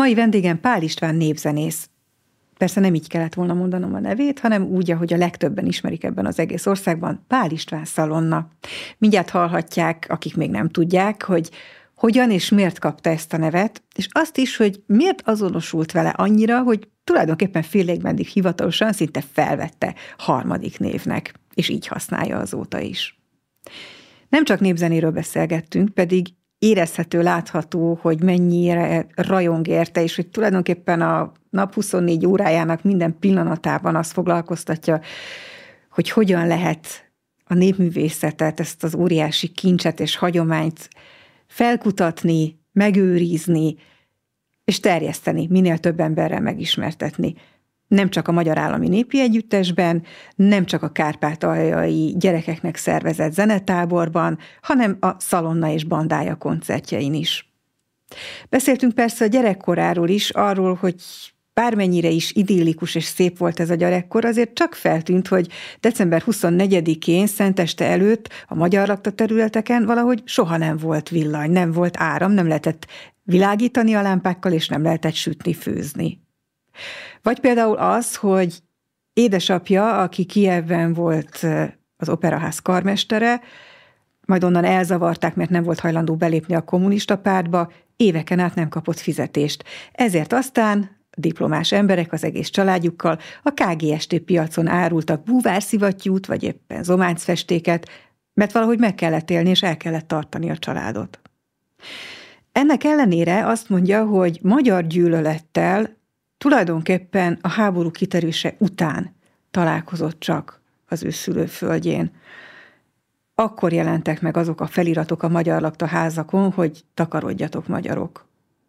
Mai vendégem Pál István népzenész. Persze nem így kellett volna mondanom a nevét, hanem úgy, ahogy a legtöbben ismerik ebben az egész országban, Pál István Szalonna. Mindjárt hallhatják, akik még nem tudják, hogy hogyan és miért kapta ezt a nevet, és azt is, hogy miért azonosult vele annyira, hogy tulajdonképpen félig meddig hivatalosan szinte felvette harmadik névnek, és így használja azóta is. Nem csak népzenéről beszélgettünk, pedig érezhető, látható, hogy mennyire rajong érte, és hogy tulajdonképpen a nap 24 órájának minden pillanatában azt foglalkoztatja, hogy hogyan lehet a népművészetet, ezt az óriási kincset és hagyományt felkutatni, megőrizni, és terjeszteni, minél több emberrel megismertetni. Nem csak a Magyar Állami Népi Együttesben, nem csak a kárpátaljai gyerekeknek szervezett zenetáborban, hanem a Szalonna és Bandája koncertjein is. Beszéltünk persze a gyerekkoráról is, arról, hogy bármennyire is idillikus és szép volt ez a gyerekkor, azért csak feltűnt, hogy december 24-én, Szenteste előtt a magyar lakta területeken valahogy soha nem volt villany, nem volt áram, nem lehetett világítani a lámpákkal, és nem lehetett sütni, főzni. Vagy például az, hogy édesapja, aki Kijevben volt az Operaház karmestere, majd onnan elzavarták, mert nem volt hajlandó belépni a kommunista pártba, éveken át nem kapott fizetést. Ezért aztán diplomás emberek az egész családjukkal a KGST piacon árultak búvárszivattyút, vagy éppen zománcfestéket, mert valahogy meg kellett élni, és el kellett tartani a családot. Ennek ellenére azt mondja, hogy magyar gyűlölettel tulajdonképpen a háború kitörése után találkozott csak az ő szülőföldjén. Akkor jelentek meg azok a feliratok a magyar lakta házakon, hogy takarodjatok, magyarok.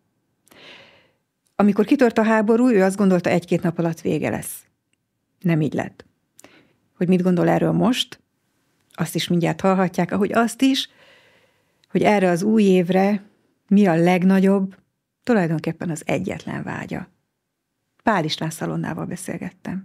Amikor kitört a háború, ő azt gondolta, 1-2 nap alatt vége lesz. Nem így lett. Hogy mit gondol erről most, azt is mindjárt hallhatják, ahogy azt is, hogy erre az új évre mi a legnagyobb, tulajdonképpen az egyetlen vágya. Pál István Szalonnával beszélgettem.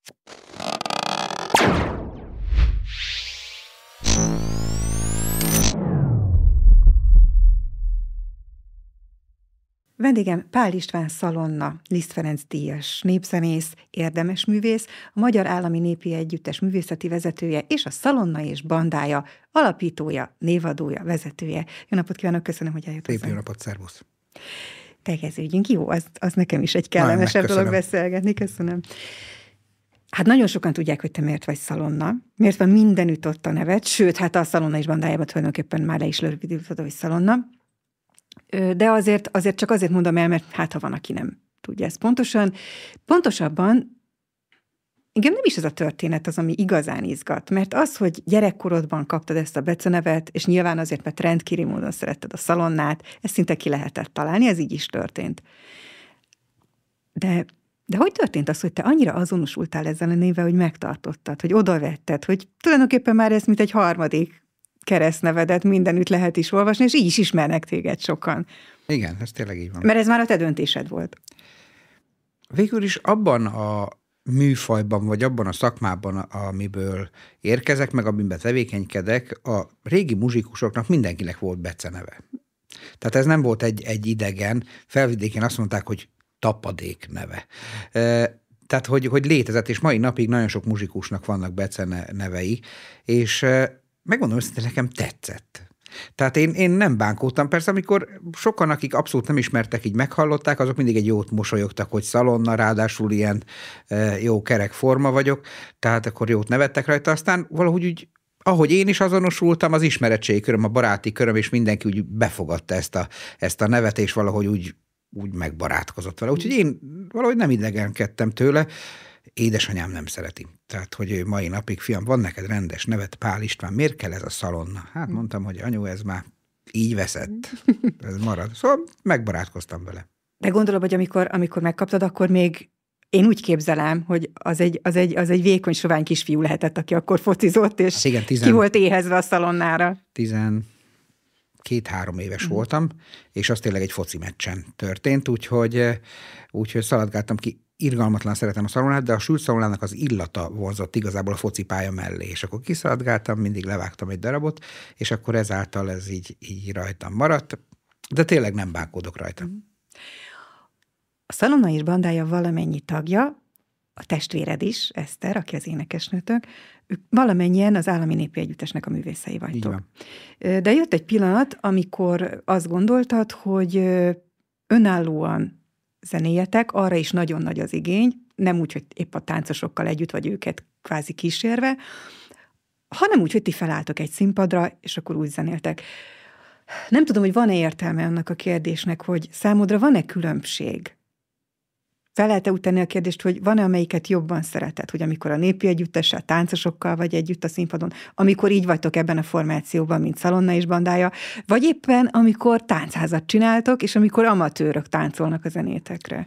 Vendégem Pál István Szalonna, Liszt Ferenc díjas népzenész, érdemes művész, a Magyar Állami Népi Együttes művészeti vezetője és a Szalonna és Bandája alapítója, névadója, vezetője. Jó napot kívánok, köszönöm, hogy eljött hozzánk. Szép jó napot, szervusz! Tegeződjünk, jó, az nekem is egy kellemesebb dolog beszélgetni, köszönöm. Hát nagyon sokan tudják, hogy te miért vagy Szalonna, miért van mindenütt ott a neved, sőt, hát a Szalonna és Bandájában tulajdonképpen már le is rövidített, hogy Szalonna. De azért csak azért mondom el, mert hát ha van, aki nem tudja ezt pontosan. Pontosabban engem nem is ez a történet az, ami igazán izgat, mert az, hogy gyerekkorodban kaptad ezt a becenevet, és nyilván azért, mert rendkívüli módon szeretted a Szalonnát, ezt szinte ki lehetett találni, ez így is történt. De hogy történt az, hogy te annyira azonosultál ezzel a névvel, hogy megtartottad, hogy odavetted, hogy tulajdonképpen már ez mint egy harmadik keresztnevedet mindenütt lehet is olvasni, és így is ismernek téged sokan. Igen, ez tényleg így van. Mert ez már a te döntésed volt. Végül is abban a műfajban, vagy abban a szakmában, amiből érkezek, meg amiben tevékenykedek, a régi muzsikusoknak mindenkinek volt beceneve. Tehát ez nem volt egy idegen. Felvidéken azt mondták, hogy tapadék neve. Tehát, hogy létezett, és mai napig nagyon sok muzsikusnak vannak becenevei, és megmondom őszintén, nekem tetszett. Tehát én nem bánkódtam. Persze, amikor sokan, akik abszolút nem ismertek, így meghallották, azok mindig egy jót mosolyogtak, hogy Szalonna, ráadásul ilyen jó kerek forma vagyok, tehát akkor jót nevettek rajta. Aztán valahogy úgy, ahogy én is azonosultam, az ismeretségi köröm, a baráti köröm, és mindenki úgy befogadta ezt a nevet, és valahogy úgy megbarátkozott vele. Úgyhogy én valahogy nem idegenkedtem tőle. Édesanyám nem szereti. Tehát, hogy ő mai napig, fiam, van neked rendes nevet, Pál István, miért kell ez a Szalonna? Hát mondtam, hogy anyu, ez már így veszett. Ez marad. Szóval megbarátkoztam vele. De gondolom, hogy amikor megkaptad, akkor még én úgy képzelem, hogy az egy vékony, sovány kisfiú lehetett, aki akkor focizott, és hát igen, ki volt éhezve a Szalonnára. 12-3 éves voltam, és az tényleg egy foci meccsen történt, úgyhogy szaladgáltam ki. Irgalmatlan szeretem a Szalonnát, de a sült Szalonnának az illata vonzott igazából a focipálya mellé, és akkor kiszaladgáltam, mindig levágtam egy darabot, és akkor ezáltal ez így rajtam maradt, de tényleg nem bánkódok rajta. Szalonna és bandája valamennyi tagja, a testvéred is, Eszter, aki az énekesnőtök, ők valamennyien az Állami Népi Együttesnek a művészei vagytok. De jött egy pillanat, amikor azt gondoltad, hogy önállóan zenéjetek, arra is nagyon nagy az igény, nem úgy, hogy épp a táncosokkal együtt, vagy őket kvázi kísérve, hanem úgy, hogy ti felálltok egy színpadra, és akkor úgy zenéltek. Nem tudom, hogy van-e értelme annak a kérdésnek, hogy számodra van-e különbség? Fel lehet-e úgy tenni a kérdést, hogy van-e, amelyiket jobban szereted, hogy amikor a népi együttessel, táncosokkal vagy együtt a színpadon, amikor így vagytok ebben a formációban, mint Szalonna és bandája, vagy éppen amikor táncházat csináltok, és amikor amatőrök táncolnak a zenétekre?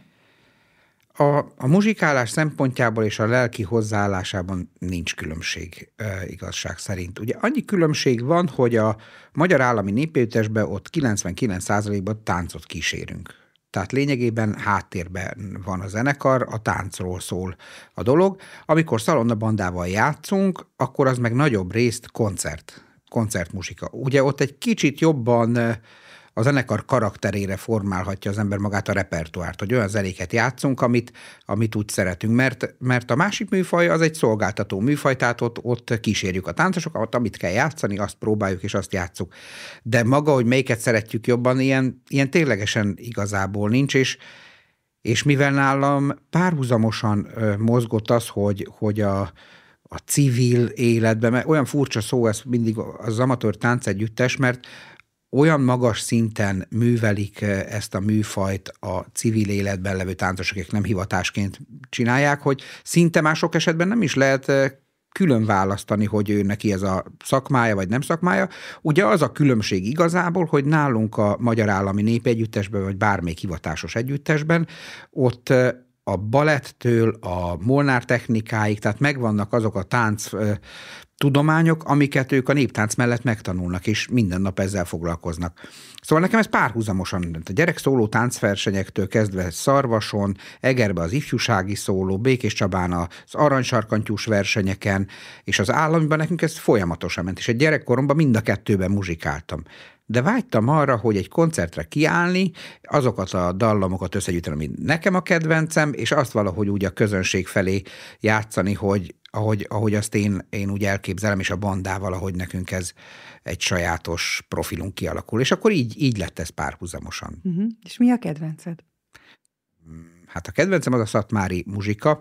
A muzsikálás szempontjából és a lelki hozzáállásában nincs különbség igazság szerint. Ugye annyi különbség van, hogy a Magyar Állami Népi Együttesben ott 99%-ban táncot kísérünk. Tehát lényegében háttérben van a zenekar, a táncról szól a dolog. Amikor Szalonna bandával játszunk, akkor az meg nagyobb részt koncertmuzsika. Ugye ott egy kicsit jobban a zenekar karakterére formálhatja az ember magát a repertoárt, hogy olyan zenéket játszunk, amit úgy szeretünk, mert a másik műfaj az egy szolgáltató műfaj, tehát ott kísérjük a táncosokat, amit kell játszani, azt próbáljuk és azt játszuk. De maga, hogy melyiket szeretjük jobban, ilyen ténylegesen igazából nincs, és mivel nálam párhuzamosan mozgott az, hogy a civil életben, mert olyan furcsa szó ez mindig az amatőr táncegyüttes, mert olyan magas szinten művelik ezt a műfajt a civil életben levő táncosok, akik nem hivatásként csinálják, hogy szinte már sok esetben nem is lehet külön választani, hogy ő neki ez a szakmája, vagy nem szakmája. Ugye az a különbség igazából, hogy nálunk a Magyar Állami Népi Együttesben, vagy bármelyik hivatásos együttesben, ott a balettől a Molnár technikáig, tehát megvannak azok a tánc tudományok, amiket ők a néptánc mellett megtanulnak, és minden nap ezzel foglalkoznak. Szóval nekem ez párhuzamosan, a gyerek szóló táncversenyektől kezdve Szarvason, Egerbe az ifjúsági szóló, Békés Csabán az aranysarkantyús versenyeken, és az államiban nekünk ez folyamatosan ment, és egy gyerekkoromban mind a kettőben muzsikáltam. De vágytam arra, hogy egy koncertre kiállni, azokat a dallamokat összegyűjteni, ami nekem a kedvencem, és azt valahogy úgy a közönség felé játszani, ahogy azt én úgy elképzelem, és a bandával, ahogy nekünk ez egy sajátos profilunk kialakul. És akkor így lett ez párhuzamosan. Uh-huh. És mi a kedvenced? Hát a kedvencem az a szatmári muzsika,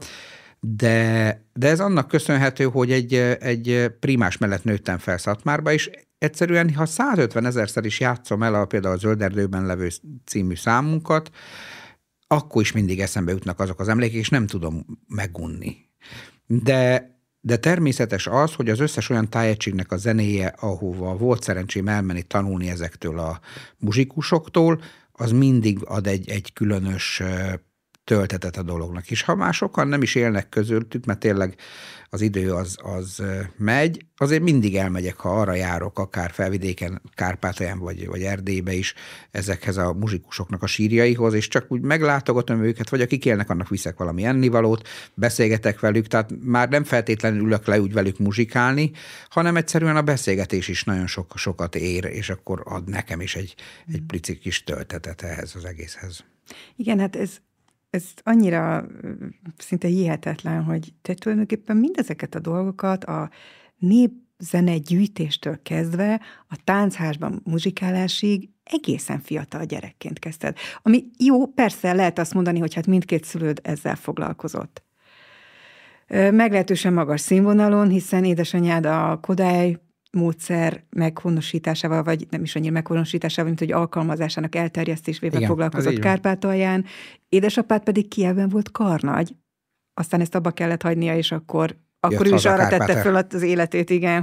de ez annak köszönhető, hogy egy primás mellett nőttem fel Szatmárba, és egyszerűen, ha 150 000-szer is játszom el például a Zölderdőben levő című számunkat, akkor is mindig eszembe jutnak azok az emlékek, és nem tudom megunni. De természetes az, hogy az összes olyan tájegységnek a zenéje, ahova volt szerencsém elmenni tanulni ezektől a muzsikusoktól, az mindig ad egy különös töltetet a dolognak. És ha már sokan nem is élnek közöttük, mert tényleg az idő az megy, azért mindig elmegyek, ha arra járok, akár Felvidéken, Kárpátalján vagy Erdélybe is ezekhez a muzsikusoknak a sírjaihoz, és csak úgy meglátogatom őket, vagy akik élnek, annak viszek valami ennivalót, beszélgetek velük, tehát már nem feltétlenül ülök le úgy velük muzsikálni, hanem egyszerűen a beszélgetés is nagyon sokat ér, és akkor ad nekem is egy pici kis töltetet ehhez az egészhez. Igen, hát ez annyira szinte hihetetlen, hogy te tulajdonképpen mindezeket a dolgokat a népzene gyűjtéstől kezdve a táncházban muzsikálásig egészen fiatal gyerekként kezdted. Ami jó, persze lehet azt mondani, hogy hát mindkét szülőd ezzel foglalkozott. Meglehetősen magas színvonalon, hiszen édesanyád a Kodály módszer meghonosításával, vagy nem is annyira meghonosításával, mint hogy alkalmazásának elterjesztésével foglalkozott Kárpátalján. Édesapád pedig Kijevben volt karnagy. Aztán ezt abba kellett hagynia, és akkor ő is arra tette föl az életét, igen,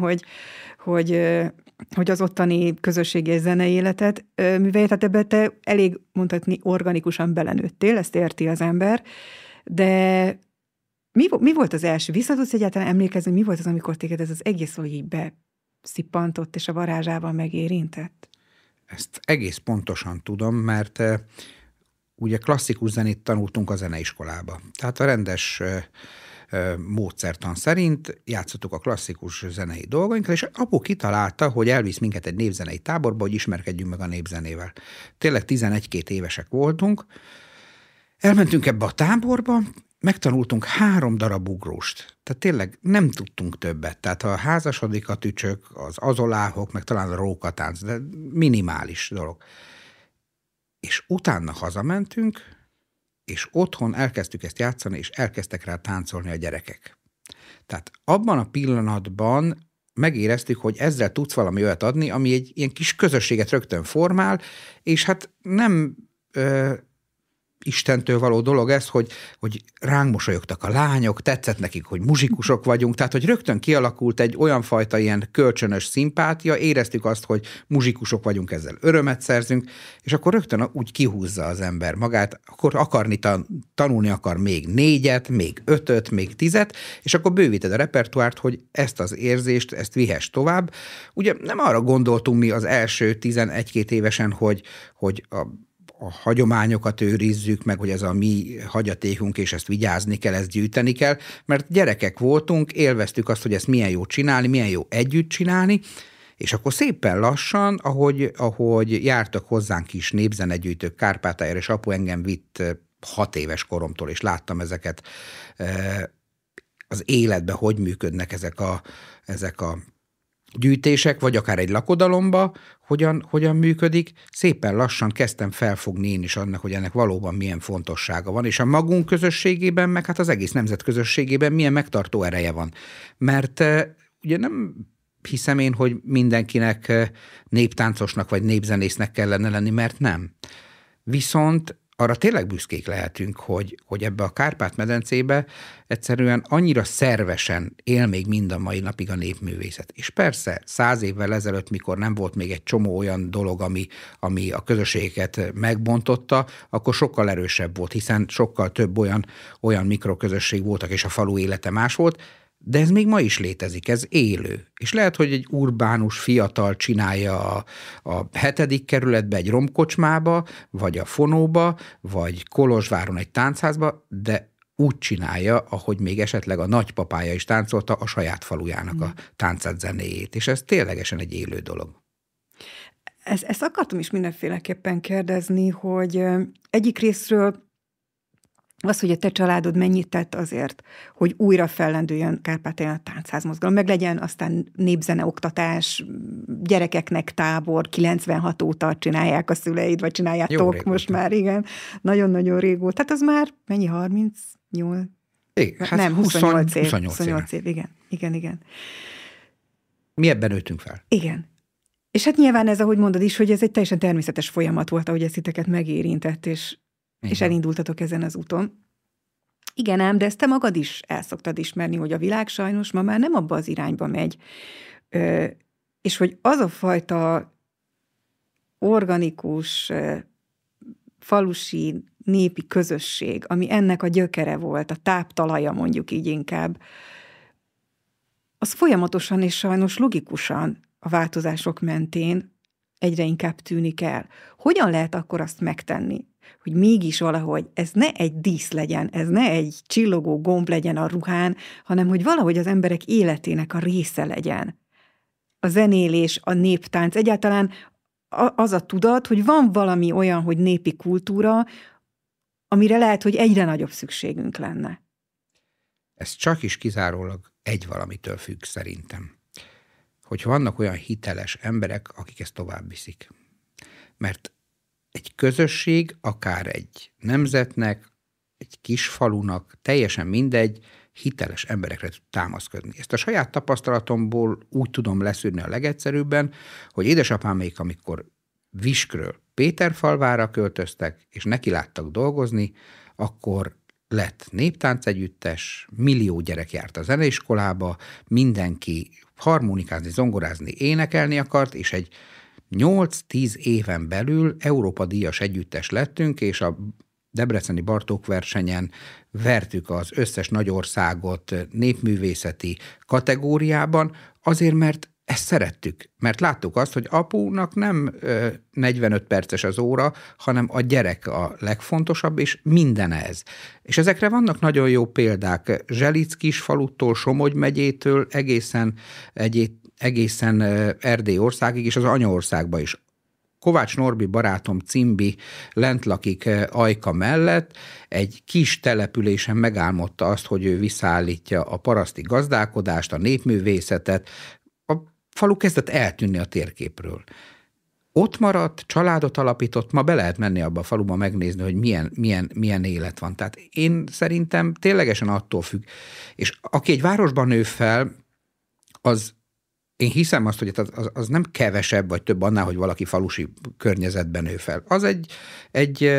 hogy az ottani közösségi és zenei életet művelje. Tehát ebbe te elég mondhatni organikusan belenőttél, ezt érti az ember. De mi volt az első? Vissza tudsz egyáltalán emlékezni, mi volt az, amikor téged ez az egész, hogy így beszippantott és a varázsával megérintett? Ezt egész pontosan tudom, mert ugye klasszikus zenét tanultunk a zeneiskolába. Tehát a rendes módszertan szerint játszottuk a klasszikus zenei dolgainkat, és apu kitalálta, hogy elvisz minket egy népzenei táborba, hogy ismerkedjünk meg a népzenével. Tényleg 11-2 évesek voltunk. Elmentünk ebbe a táborba, megtanultunk 3 darab ugróst. Tehát tényleg nem tudtunk többet. Tehát a házasodik a tücsök, az azoláhok, meg talán a rókatánc, de minimális dolog. És utána hazamentünk, és otthon elkezdtük ezt játszani, és elkezdtek rá táncolni a gyerekek. Tehát abban a pillanatban megéreztük, hogy ezzel tudsz valami olyat adni, ami egy ilyen kis közösséget rögtön formál, és hát nem Istentől való dolog ez, hogy ránk mosolyogtak a lányok, tetszett nekik, hogy muzsikusok vagyunk, tehát hogy rögtön kialakult egy olyan fajta ilyen kölcsönös szimpátia, éreztük azt, hogy muzsikusok vagyunk, ezzel örömet szerzünk, és akkor rögtön úgy kihúzza az ember magát, akkor tanulni akar még 4, még 5, még 10, és akkor bővíted a repertoárt, hogy ezt az érzést, ezt vihess tovább. Ugye nem arra gondoltunk mi az első 11-2 évesen, hogy a hagyományokat őrizzük meg, hogy ez a mi hagyatékunk, és ezt vigyázni kell, ezt gyűjteni kell, mert gyerekek voltunk, élveztük azt, hogy ezt milyen jó csinálni, milyen jó együtt csinálni, és akkor szépen lassan, ahogy jártak hozzánk is népzenegyűjtők Kárpátaljára, és apu engem vitt 6 éves koromtól, és láttam ezeket az életben, hogy működnek ezek a gyűjtések, vagy akár egy lakodalomba, hogyan működik, szépen lassan kezdtem felfogni én is annak, hogy ennek valóban milyen fontossága van, és a magunk közösségében, meg hát az egész nemzet közösségében milyen megtartó ereje van. Mert ugye nem hiszem én, hogy mindenkinek néptáncosnak vagy népzenésznek kellene lenni, mert nem. Viszont arra tényleg büszkék lehetünk, hogy ebbe a Kárpát-medencébe egyszerűen annyira szervesen él még mind a mai napig a népművészet. És persze 100 évvel ezelőtt, mikor nem volt még egy csomó olyan dolog, ami a közösségeket megbontotta, akkor sokkal erősebb volt, hiszen sokkal több olyan mikroközösség voltak, és a falu élete más volt, de ez még ma is létezik, ez élő. És lehet, hogy egy urbánus fiatal csinálja a 7. kerületbe, egy romkocsmába, vagy a Fonóba, vagy Kolozsváron egy táncházba, de úgy csinálja, ahogy még esetleg a nagypapája is táncolta a saját falujának a táncát, zenéjét. És ez ténylegesen egy élő dolog. Ezt akartam is mindenféleképpen kérdezni, hogy egyik részről az, hogy a te családod mennyit tett azért, hogy újra fellendüljön Kárpátalján a táncházmozgalom, meg legyen aztán népzeneoktatás, gyerekeknek tábor, 96 óta csinálják a szüleid, vagy csináljátok most már, igen, nagyon-nagyon régóta. Tehát az már mennyi, 38? Igen, hát nem, 28 év. 28 év, igen. Mi ebben nőttünk fel. Igen. És hát nyilván ez, ahogy mondod is, hogy ez egy teljesen természetes folyamat volt, ahogy ez titeket megérintett, és elindultatok ezen az úton. Igen ám, de ezt te magad is el szoktad ismerni, hogy a világ sajnos ma már nem abba az irányba megy, és hogy az a fajta organikus, falusi, népi közösség, ami ennek a gyökere volt, a táptalaja mondjuk így inkább, az folyamatosan és sajnos logikusan a változások mentén egyre inkább tűnik el. Hogyan lehet akkor azt megtenni, hogy mégis valahogy ez ne egy dísz legyen, ez ne egy csillogó gomb legyen a ruhán, hanem hogy valahogy az emberek életének a része legyen. A zenélés, a néptánc, egyáltalán az a tudat, hogy van valami olyan, hogy népi kultúra, amire lehet, hogy egyre nagyobb szükségünk lenne. Ez csak is kizárólag egy valamitől függ szerintem. Hogy vannak olyan hiteles emberek, akik ezt tovább viszik. Mert egy közösség, akár egy nemzetnek, egy kis falunak, teljesen mindegy, hiteles emberekre tud támaszkodni. Ezt a saját tapasztalatomból úgy tudom leszűrni a legegyszerűbben, hogy édesapámék, amikor Viskről Péterfalvára költöztek, és nekiláttak dolgozni, akkor lett néptáncegyüttes, millió gyerek járt a zeneiskolába, mindenki harmonikázni, zongorázni, énekelni akart, és egy 8-10 éven belül Európa-díjas együttes lettünk, és a debreceni Bartók versenyen vertük az összes nagyországot népművészeti kategóriában, azért, mert ezt szerettük. Mert láttuk azt, hogy apunak nem 45 perces az óra, hanem a gyerek a legfontosabb, és minden ez. És ezekre vannak nagyon jó példák. Zselic kisfalutól, Somogy megyétől egészen Erdély országig, és az anyaországba is. Kovács Norbi barátom Cimbi lent lakik Ajka mellett, egy kis településen megálmodta azt, hogy ő visszaállítja a paraszti gazdálkodást, a népművészetet. A falu kezdett eltűnni a térképről. Ott maradt, családot alapított, ma be lehet menni abba a faluba megnézni, hogy milyen élet van. Tehát én szerintem ténylegesen attól függ. És aki egy városban nő fel, az én hiszem azt, hogy az nem kevesebb vagy több annál, hogy valaki falusi környezetben nő fel. Az egy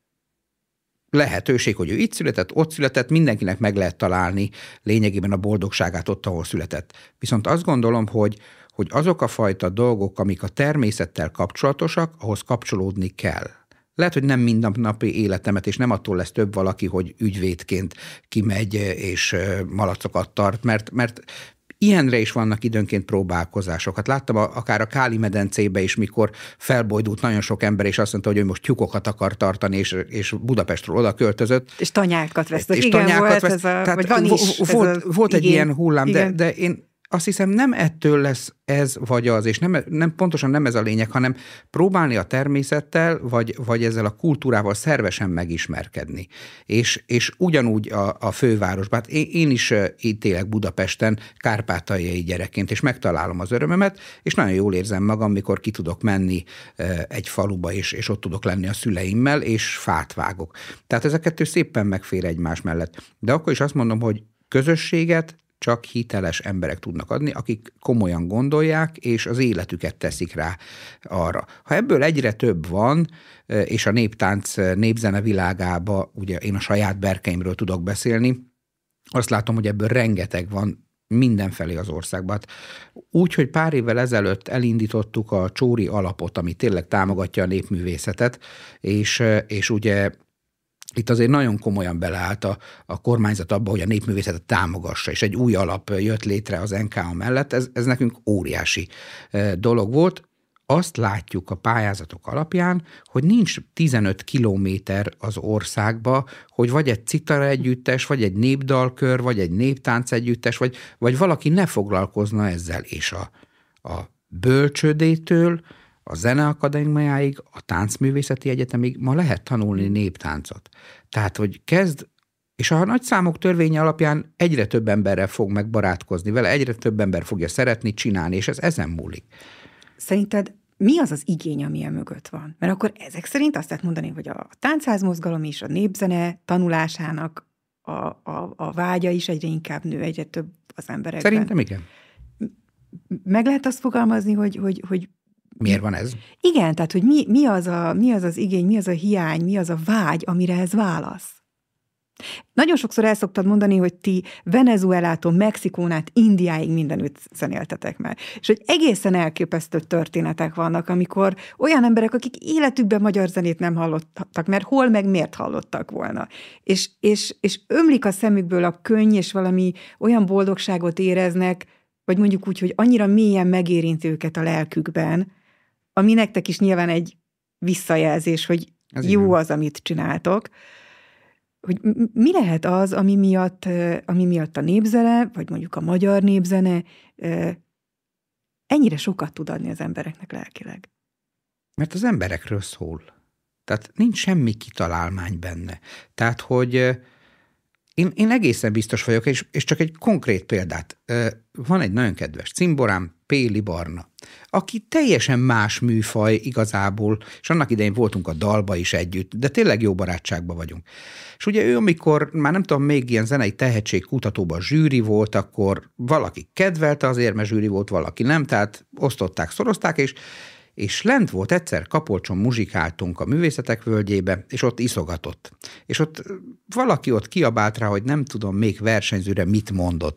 lehetőség, hogy ő itt született, ott született, mindenkinek meg lehet találni lényegében a boldogságát ott, ahol született. Viszont azt gondolom, hogy azok a fajta dolgok, amik a természettel kapcsolatosak, ahhoz kapcsolódni kell. Lehet, hogy nem mindennapi életemet, és nem attól lesz több valaki, hogy ügyvédként kimegy és malacokat tart, mert ilyenre is vannak időnként próbálkozások. Hát láttam akár a Káli-medencébe is, mikor felbojdult nagyon sok ember, és azt mondta, hogy ő most tyúkokat akar tartani, és Budapestről oda költözött. És tanyákat vesztek. És igen, tanyákat volt ez vagy van is. Volt egy ilyen hullám, de én azt hiszem nem ettől lesz ez vagy az, és nem pontosan nem ez a lényeg, hanem próbálni a természettel, vagy ezzel a kultúrával szervesen megismerkedni. És ugyanúgy a fővárosban. Hát én is itt élek Budapesten kárpátaljai gyerekként, és megtalálom az örömömet, és nagyon jól érzem magam, mikor ki tudok menni egy faluba, és ott tudok lenni a szüleimmel, és fát vágok. Tehát ez a kettő szépen megfér egymás mellett. De akkor is azt mondom, hogy közösséget csak hiteles emberek tudnak adni, akik komolyan gondolják, és az életüket teszik rá arra. Ha ebből egyre több van, és a néptánc, népzene világába, ugye én a saját berkeimről tudok beszélni, azt látom, hogy ebből rengeteg van mindenfelé az országban. Úgy, hogy pár évvel ezelőtt elindítottuk a Csóri alapot, ami tényleg támogatja a népművészetet, és ugye itt azért nagyon komolyan beleállt a kormányzat abba, hogy a népművészetet támogassa, és egy új alap jött létre az NKA mellett. Ez nekünk óriási dolog volt. Azt látjuk a pályázatok alapján, hogy nincs 15 kilométer az országba, hogy vagy egy citara együttes, vagy egy népdalkör, vagy egy néptánc együttes, vagy valaki ne foglalkozna ezzel. És a bölcsődétől a Zeneakadémiáig, a Táncművészeti Egyetemig ma lehet tanulni néptáncot. Tehát, hogy és a nagyszámok törvénye alapján egyre több emberrel fog megbarátkozni vele, egyre több ember fogja szeretni, csinálni, és ez ezen múlik. Szerinted mi az az igény, ami mögött van? Mert akkor ezek szerint azt lehet mondani, hogy a táncházmozgalom és a népzene tanulásának a vágya is egyre inkább nő, egyre több az emberekben. Szerintem igen. Meg lehet azt fogalmazni, hogy miért van ez? Igen, tehát hogy mi az az igény, mi az a hiány, mi az a vágy, amire ez válasz. Nagyon sokszor el szoktad mondani, hogy ti Venezuelától, Mexikón át, Indiáig mindenütt zenéltetek már. És hogy egészen elképesztő történetek vannak, amikor olyan emberek, akik életükben magyar zenét nem hallottak, mert hol meg miért hallottak volna. És ömlik a szemükből a könny, és valami olyan boldogságot éreznek, vagy mondjuk úgy, hogy annyira mélyen megérinti őket a lelkükben, ami nektek is nyilván egy visszajelzés, hogy ez jó az, amit csináltok. Hogy mi lehet az, ami miatt a népzene, vagy mondjuk a magyar népzene ennyire sokat tud adni az embereknek lelkileg? Mert az emberekről szól. Tehát nincs semmi kitalálmány benne. Tehát, hogy én egészen biztos vagyok, és csak egy konkrét példát. Van egy nagyon kedves cimborám, Péli Barna, aki teljesen más műfaj igazából, és annak idején voltunk a dalba is együtt, de tényleg jó barátságban vagyunk. És ugye ő, amikor már nem tudom, még ilyen zenei tehetségkutatóban zsűri volt, akkor valaki kedvelte azért, mert zsűri volt, valaki nem, tehát osztották, szorozták, és lent volt egyszer Kapolcson, muzsikáltunk a Művészetek Völgyébe, és ott iszogatott. És ott valaki ott kiabált rá, hogy nem tudom még versenyzőre mit mondott,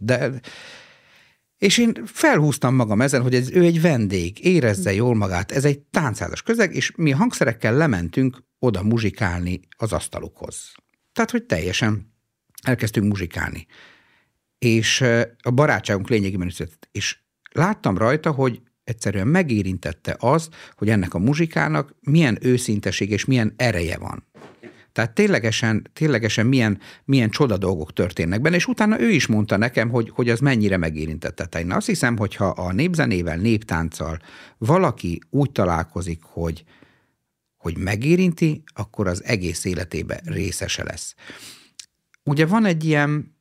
és én felhúztam magam ezen, hogy ő egy vendég, érezze jól magát, ez egy táncházas közeg, és mi hangszerekkel lementünk oda muzsikálni az asztalukhoz. Tehát, hogy teljesen elkezdtünk muzsikálni. És a barátságunk lényegében született. És láttam rajta, hogy egyszerűen megérintette az, hogy ennek a muzsikának milyen őszinteség és milyen ereje van. Tehát ténylegesen milyen csoda dolgok történnek benne, és utána ő is mondta nekem, hogy az mennyire megérintette. Én azt hiszem, hogyha a népzenével, néptánccal valaki úgy találkozik, hogy megérinti, akkor az egész életében részese lesz. Ugye van egy ilyen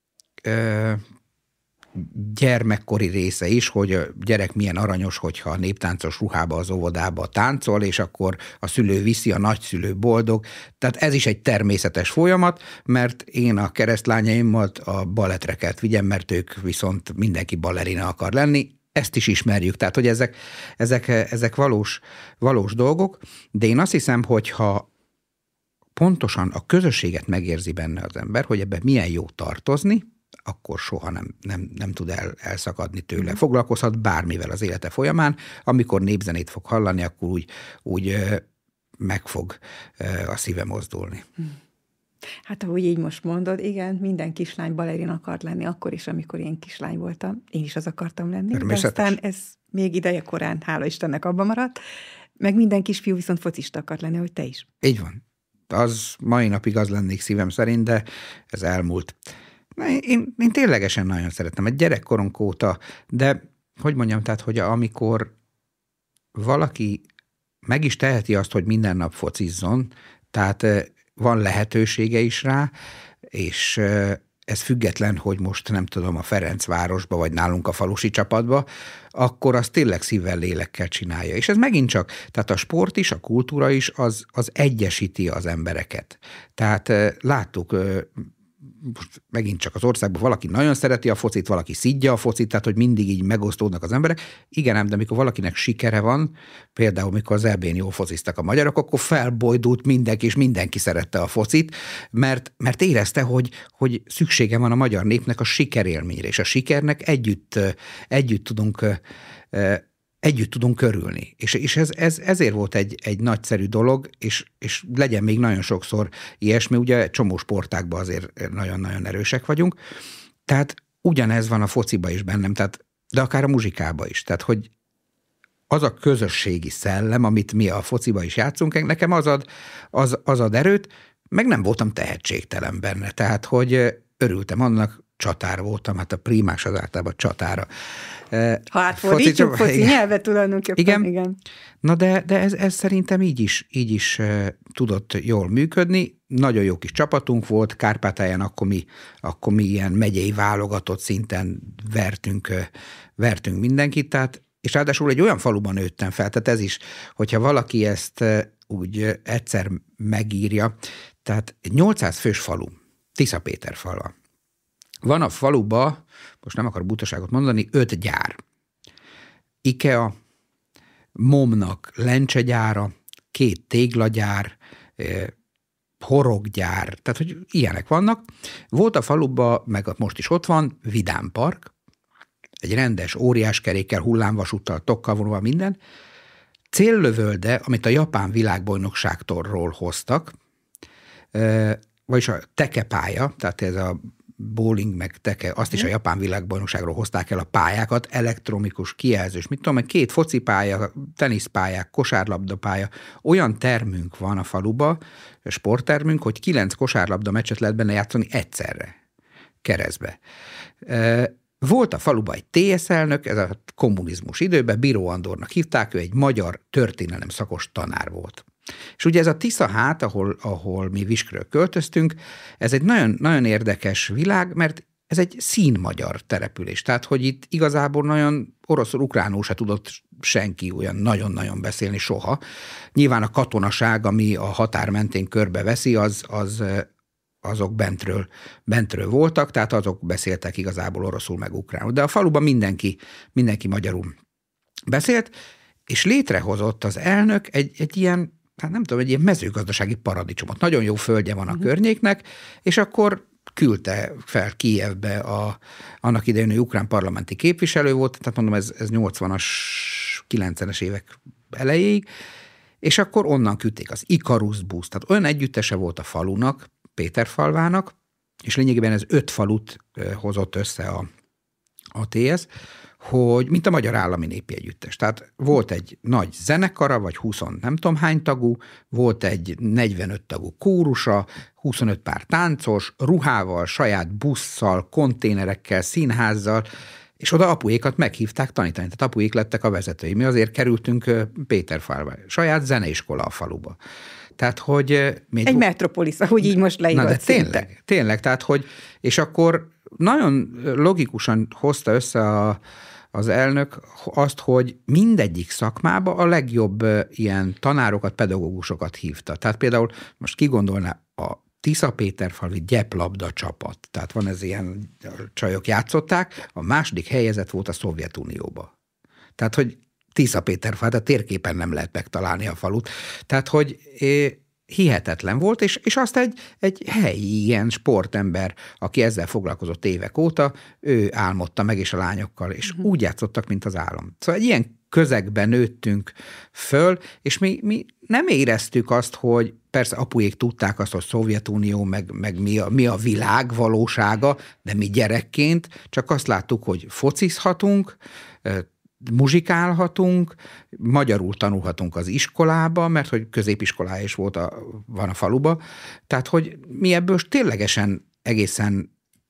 gyermekkori része is, hogy a gyerek milyen aranyos, hogyha a néptáncos ruhába az óvodába táncol, és akkor a szülő viszi, a nagyszülő boldog. Tehát ez is egy természetes folyamat, mert én a keresztlányaimmal a balettre kellett vigyem, mert ők viszont mindenki ballerina akar lenni. Ezt is ismerjük, tehát hogy ezek valós dolgok, de én azt hiszem, hogyha pontosan a közösséget megérzi benne az ember, hogy ebben milyen jó tartozni, akkor soha nem tud elszakadni tőle. Foglalkozhat bármivel az élete folyamán, amikor népzenét fog hallani, akkor úgy meg fog a szíve mozdulni. Hát ahogy így most mondod, igen, minden kislány ballerin akart lenni, akkor is, amikor én kislány voltam. Én is az akartam lenni, de aztán ez még ideje korán, hála Istennek, abba maradt. Meg minden kisfiú viszont focista akart lenni, hogy te is. Így van. Az mai napig az lennék szívem szerint, de ez elmúlt. Én ténylegesen nagyon szeretem, egy gyerekkorunk óta, de hogy mondjam, tehát, hogy amikor valaki meg is teheti azt, hogy minden nap focizzon, tehát van lehetősége is rá, és ez független, hogy most nem tudom, a Ferencvárosba, vagy nálunk a falusi csapatba, akkor az tényleg szívvel, lélekkel csinálja. És ez megint csak, tehát a sport is, a kultúra is, az egyesíti az embereket. Tehát láttuk, most megint csak az országban valaki nagyon szereti a focit, valaki szidja a focit, tehát hogy mindig így megosztódnak az emberek. Igen, ám, de amikor valakinek sikere van, például mikor az EB-n jól fociztak a magyarok, akkor felbojdult mindenki, és mindenki szerette a focit, mert érezte, hogy szüksége van a magyar népnek a sikerélményre, és a sikernek együtt tudunk örülni. És ezért volt egy nagyszerű dolog, és legyen még nagyon sokszor ilyesmi, ugye csomó sportákban azért nagyon-nagyon erősek vagyunk. Tehát ugyanez van a fociba is bennem, de akár a muzsikában is. Tehát, hogy az a közösségi szellem, amit mi a fociba is játszunk, nekem az ad erőt, meg nem voltam tehetségtelen benne. Tehát, hogy örültem annak, csatár voltam, hát a prímás az általában csatára. Ha átfordítjuk foci nyelvet tulajdonképpen. Igen. Na de ez szerintem így is tudott jól működni. Nagyon jó kis csapatunk volt, Kárpátalján akkor mi ilyen megyei válogatott szinten vertünk mindenkit, tehát, és ráadásul egy olyan faluban nőttem fel, tehát ez is, hogyha valaki ezt úgy egyszer megírja, tehát egy 800 fős falu, Tiszapéterfalva. Van a faluba, most nem akarok butaságot mondani, 5 gyár. IKEA, MOM-nak lencsegyára, 2 téglagyár, horoggyár, tehát hogy ilyenek vannak. Volt a faluba, meg most is ott van, vidámpark, egy rendes óriáskerékkel, hullámvasúttal, tokkal vonva minden, céllövölde, amit a japán világbajnokságtól hoztak, vagyis a tekepálya, tehát ez a bowling meg teke, azt is a japán világbajnokságról hozták el a pályákat, elektronikus kijelzős, mit tudom, 2 focipálya, teniszpályák, kosárlabdapálya, olyan termünk van a faluba, sporttermünk, hogy 9 kosárlabda meccset lehet benne játszani egyszerre, keresztbe. Volt a faluban egy TSZ elnök, ez a kommunizmus időben, Bíró Andornak hívták, ő egy magyar történelem szakos tanár volt. És ugye ez a Tisza-hát, ahol mi Viskről költöztünk, ez egy nagyon, nagyon érdekes világ, mert ez egy színmagyar település. Tehát, hogy itt igazából nagyon oroszul-ukránul se tudott senki olyan nagyon-nagyon beszélni soha. Nyilván a katonaság, ami a határ mentén körbeveszi, azok bentről voltak, tehát azok beszéltek igazából oroszul meg ukránul. De a faluban mindenki magyarul beszélt, és létrehozott az elnök egy ilyen, hát nem tudom, egy ilyen mezőgazdasági paradicsomot. Nagyon jó földje van a környéknek, és akkor küldte fel Kijevbe annak idején ukrán parlamenti képviselő volt, tehát mondom, ez 80-as, 90-es évek elejéig, és akkor onnan küldték az Ikarus buszt, tehát olyan együttese volt a falunak, Péterfalvának, és lényegében ez 5 falut hozott össze ATS, hogy mint a Magyar Állami Népi Együttes. Tehát volt egy nagy zenekara, vagy 20 nem tudom hány tagú, volt egy 45 tagú kórusa, 25 pár táncos, ruhával, saját busszal, konténerekkel, színházzal, és oda apuékat meghívták tanítani. Tehát apuék lettek a vezetői. Mi azért kerültünk Péterfalva. Saját zeneiskola a faluba. Tehát, hogy... Egy metropolis, ahogy így most leírod. Na de tényleg, tehát, hogy... És akkor nagyon logikusan hozta össze az elnök azt, hogy mindegyik szakmába a legjobb ilyen tanárokat, pedagógusokat hívta. Tehát például most kigondolná a Tisza-Péterfalvi gyeplabda csapat. Tehát van ez ilyen, csajok játszották, a második helyezett volt a Szovjetunióba. Tehát, hogy Tisza-Péterfalvi, a térképen nem lehet megtalálni a falut. Tehát, hogy hihetetlen volt, és azt egy helyi ilyen sportember, aki ezzel foglalkozott évek óta, ő álmodta meg, és a lányokkal, és úgy játszottak, mint az állam. Szóval egy ilyen közegben nőttünk föl, és mi nem éreztük azt, hogy persze apuék tudták azt, hogy Szovjetunió, meg mi a világ valósága, de mi gyerekként csak azt láttuk, hogy focizhatunk, muzsikálhatunk, magyarul tanulhatunk az iskolába, mert hogy középiskolája is van a faluba. Tehát, hogy mi ebből ténylegesen egészen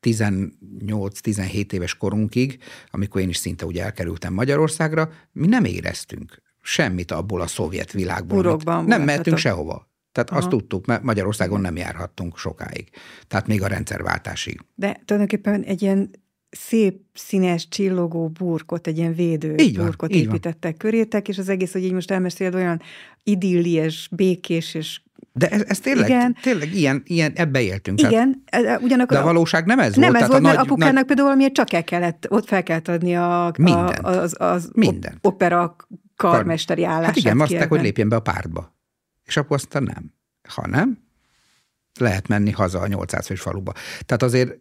18-17 éves korunkig, amikor én is szinte úgy elkerültem Magyarországra, mi nem éreztünk semmit abból a szovjet világból. Nem mehetünk sehova. Tehát azt tudtuk, mert Magyarországon nem járhattunk sokáig. Tehát még a rendszerváltásig. De tulajdonképpen egy ilyen szép, színes, csillogó burkot, egy ilyen védő burkot építettek körétek, és az egész, hogy így most elmeséled, olyan idillies, békés, és de ez tényleg ilyen ebbe éltünk. Igen, ugyanakkor... De a valóság nem ez volt. Nem ez volt, mert apukának például valamiért csak ott fel kellett adni az opera karmesteri állását. Hát igen, azt mondták, hogy lépjen be a pártba. És apu azt mondta, nem. Ha nem, lehet menni haza a 800 fős faluba. Tehát azért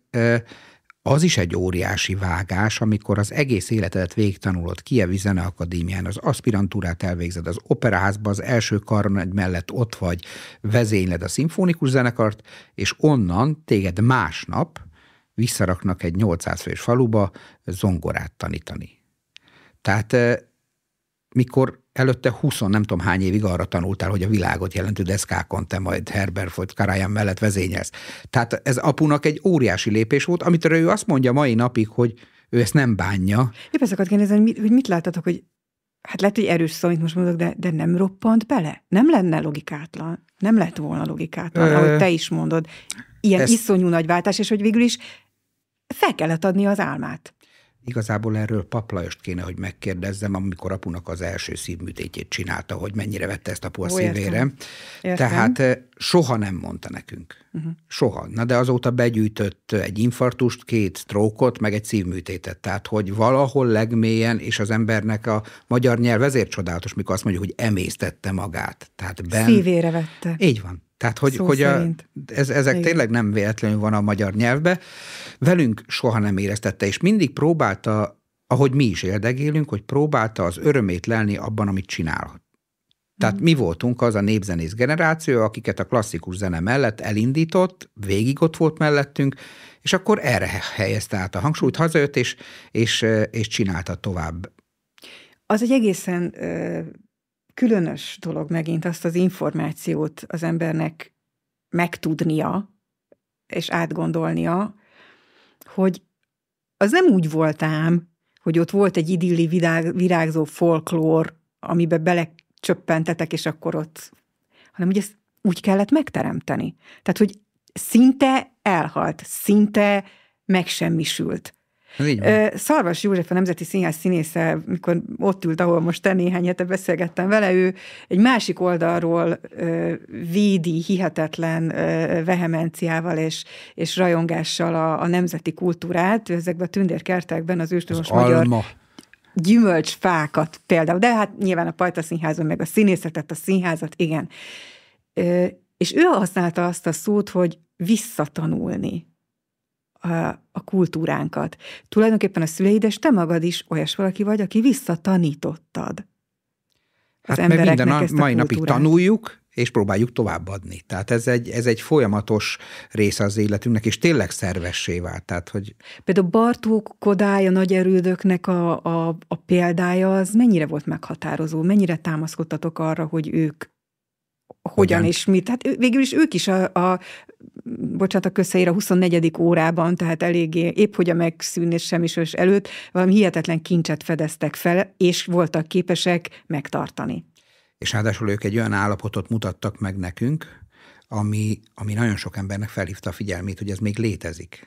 az is egy óriási vágás, amikor az egész életedet végigtanulod Kijevi Zeneakadémián, az aspirantúrát elvégzed, az operaházban az első karon mellett ott vagy, vezényled a szimfonikus zenekart, és onnan téged másnap visszaraknak egy 800 fős faluba zongorát tanítani. Tehát mikor előtte 20 nem tudom hány évig arra tanultál, hogy a világot jelentő deszkákon te majd Herbert vagy Karajan mellett vezényelsz. Tehát ez apunak egy óriási lépés volt, amitől ő azt mondja mai napig, hogy ő ezt nem bánja. Épp ezt akartam kérdezni, hogy mit láttatok, hogy hát lehet, hogy erős szó, amit most mondok, de nem roppant bele? Nem lenne logikátlan? Nem lett volna logikátlan, ahogy te is mondod. Ilyen iszonyú nagy váltás, és hogy végül is fel kellett adni az álmát. Igazából erről Pap Lajost kéne, hogy megkérdezzem, amikor apunak az első szívműtétjét csinálta, hogy mennyire vette ezt apu a szívére. Értem. Tehát soha nem mondta nekünk. Soha. Na de azóta begyűjtött egy infarktust, 2 sztrókot, meg egy szívműtétet. Tehát, hogy valahol legmélyen, és az embernek a magyar nyelv ezért csodálatos, mikor azt mondjuk, hogy emésztette magát. Tehát szívére vette. Így van. Tehát, hogy ezek tényleg nem véletlenül van a magyar nyelvbe. Velünk soha nem éreztette, és mindig próbálta, ahogy mi is éldegélünk, hogy próbálta az örömét lelni abban, amit csinálhat. Tehát mi voltunk az a népzenész generáció, akiket a klasszikus zene mellett elindított, végig ott volt mellettünk, és akkor erre helyezte át a hangsúlyt, hazajött, és csinálta tovább. Az egy egészen különös dolog megint azt az információt az embernek megtudnia, és átgondolnia, hogy az nem úgy volt ám, hogy ott volt egy idilli virágzó folklór, amiben belecsöppentetek, és akkor ott, hanem hogy ezt úgy kellett megteremteni. Tehát, hogy szinte elhalt, szinte megsemmisült. Szarvas József, a Nemzeti Színház színésze, mikor ott ült, ahol most te néhány hete beszélgettem vele, ő egy másik oldalról védi hihetetlen vehemenciával és rajongással a nemzeti kultúrát, ezekben a tündérkertekben az őshonos magyar gyümölcsfákat például, de hát nyilván a Pajta Színházon, meg a színészetet, a színházat, igen. És ő használta azt a szót, hogy visszatanulni a kultúránkat. Tulajdonképpen a szüleid, és te magad is olyas valaki vagy, aki visszatanítottad az embereknek ezt a mai napig tanuljuk, és próbáljuk továbbadni. Tehát ez egy folyamatos része az életünknek, és tényleg szervessé vált. Tehát, hogy... Például Bartók Kodály, a nagy erődöknek a példája, az mennyire volt meghatározó? Mennyire támaszkodtatok arra, hogy ők hogyan és mit? Hát végül is ők is bocsánat, a közhelyére a 24. órában, tehát eléggé épp hogy a megszűnés semmisős előtt valami hihetetlen kincset fedeztek fel, és voltak képesek megtartani. És ráadásul ők egy olyan állapotot mutattak meg nekünk, ami nagyon sok embernek felhívta a figyelmét, hogy ez még létezik.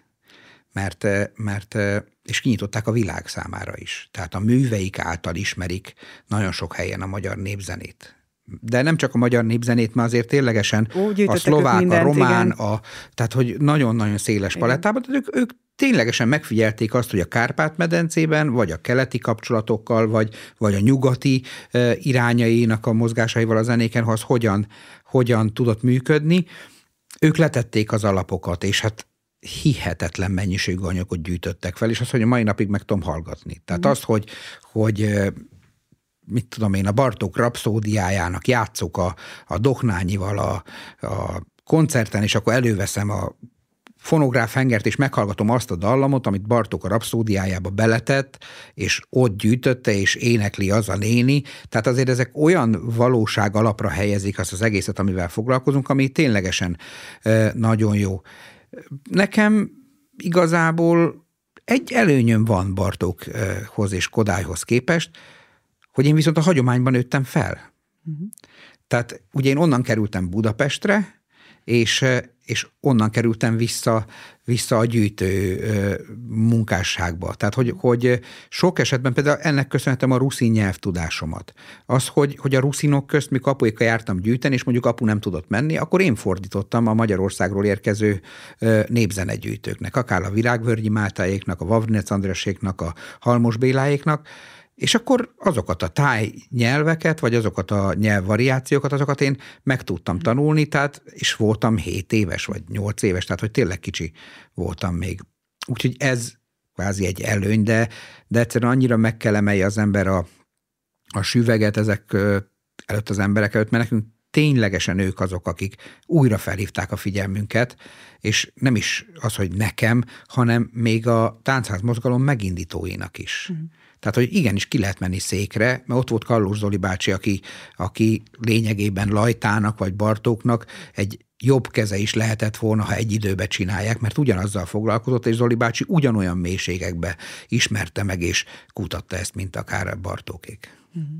Mert és kinyitották a világ számára is. Tehát a műveik által ismerik nagyon sok helyen a magyar népzenét. De nem csak a magyar népzenét, mert azért ténylegesen a szlovák, mindent, a román, tehát hogy nagyon-nagyon széles palettában, ők ténylegesen megfigyelték azt, hogy a Kárpát-medencében, vagy a keleti kapcsolatokkal, vagy a nyugati irányainak a mozgásaival a zenéken, az hogyan tudott működni. Ők letették az alapokat, és hát hihetetlen mennyiségű anyagot gyűjtöttek fel, és azt, hogy a mai napig meg tudom hallgatni. Tehát azt, hogy mit tudom én, a Bartók rapszódiájának játszok a Dohnányival a koncerten, és akkor előveszem a fonográf hengert, és meghallgatom azt a dallamot, amit Bartók a rapszódiájába beletett, és ott gyűjtötte, és énekli az a néni. Tehát azért ezek olyan valóság alapra helyezik azt az egészet, amivel foglalkozunk, ami ténylegesen nagyon jó. Nekem igazából egy előnyöm van Bartókhoz és Kodályhoz képest, hogy én viszont a hagyományban nőttem fel. Tehát ugye én onnan kerültem Budapestre, és onnan kerültem vissza a gyűjtő munkásságba. Tehát, hogy sok esetben például ennek köszönhetem a ruszin nyelvtudásomat. Az, hogy a ruszinok közt, mikor apuékkal jártam gyűjteni, és mondjuk apu nem tudott menni, akkor én fordítottam a Magyarországról érkező népzenegyűjtőknek, akár a Virágvörgyi Mátáéknak, a Vavrinec Andráséknak, a Halmos Béláéknak, és akkor azokat a tájnyelveket, vagy azokat a nyelvvariációkat, azokat én meg tudtam tanulni, tehát, és voltam 7 éves, vagy 8 éves, tehát, hogy tényleg kicsi voltam még. Úgyhogy ez kvázi egy előny, de egyszerűen annyira meg kell emelje az ember a süveget ezek előtt az emberek előtt, mert nekünk ténylegesen ők azok, akik újra felhívták a figyelmünket, és nem is az, hogy nekem, hanem még a táncház mozgalom megindítóinak is. Tehát, hogy igenis ki lehet menni székre, mert ott volt Kallós Zoli bácsi, aki lényegében Lajtának vagy Bartóknak egy jobb keze is lehetett volna, ha egy időbe csinálják, mert ugyanazzal foglalkozott, és Zoli bácsi ugyanolyan mélységekbe ismerte meg, és kutatta ezt, mint akár Bartókék.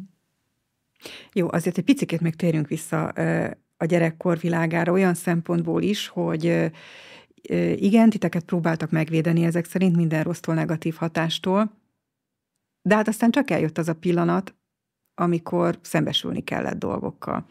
Jó, azért egy picikét még térjünk vissza a gyerekkor világára olyan szempontból is, hogy igen, titeket próbáltak megvédeni ezek szerint minden rossztól, negatív hatástól, de hát aztán csak eljött az a pillanat, amikor szembesülni kellett dolgokkal.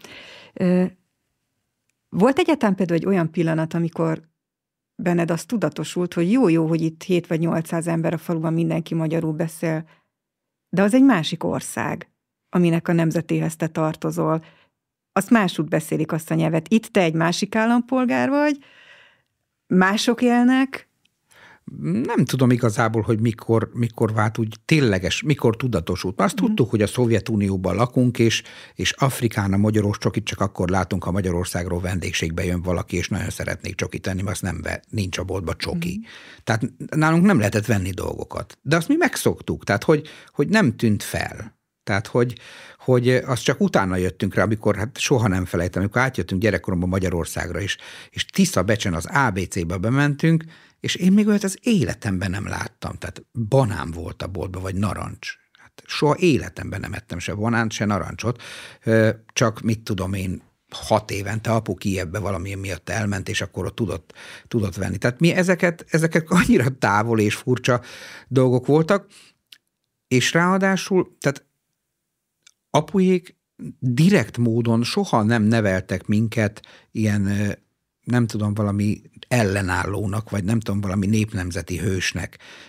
Volt egyáltalán például egy olyan pillanat, amikor benned az tudatosult, hogy jó, hogy itt 7 vagy 800 ember a faluban mindenki magyarul beszél, de az egy másik ország, aminek a nemzetéhez te tartozol. Azt másút beszélik azt a nyelvet. Itt te egy másik állampolgár vagy, mások élnek. Nem tudom igazából, hogy mikor vált úgy tényleges, mikor tudatosult. Azt tudtuk, hogy a Szovjetunióban lakunk, és Afrikán a magyaros csokit csak akkor látunk, ha Magyarországról vendégségbe jön valaki, és nagyon szeretnék csokit tenni, mert azt nincs a boltban csoki. Tehát nálunk nem lehetett venni dolgokat. De azt mi megszoktuk, tehát hogy nem tűnt fel. Tehát, hogy azt csak utána jöttünk rá, amikor, hát soha nem felejtem, amikor átjöttünk gyerekkoromban Magyarországra is, és Tisza-Becsen az ABC-be bementünk, és én még olyat az életemben nem láttam. Tehát banán volt a boltban, vagy narancs. Hát soha életemben nem ettem se banánt, se narancsot, csak mit tudom én, 6 évente apu Kijevbe valamilyen miatt elment, és akkor ott tudott venni. Tehát mi ezeket annyira távol és furcsa dolgok voltak, és ráadásul, tehát apuék direkt módon soha nem neveltek minket ilyen, nem tudom, valami ellenállónak, vagy nem tudom, valami népnemzeti hősnek.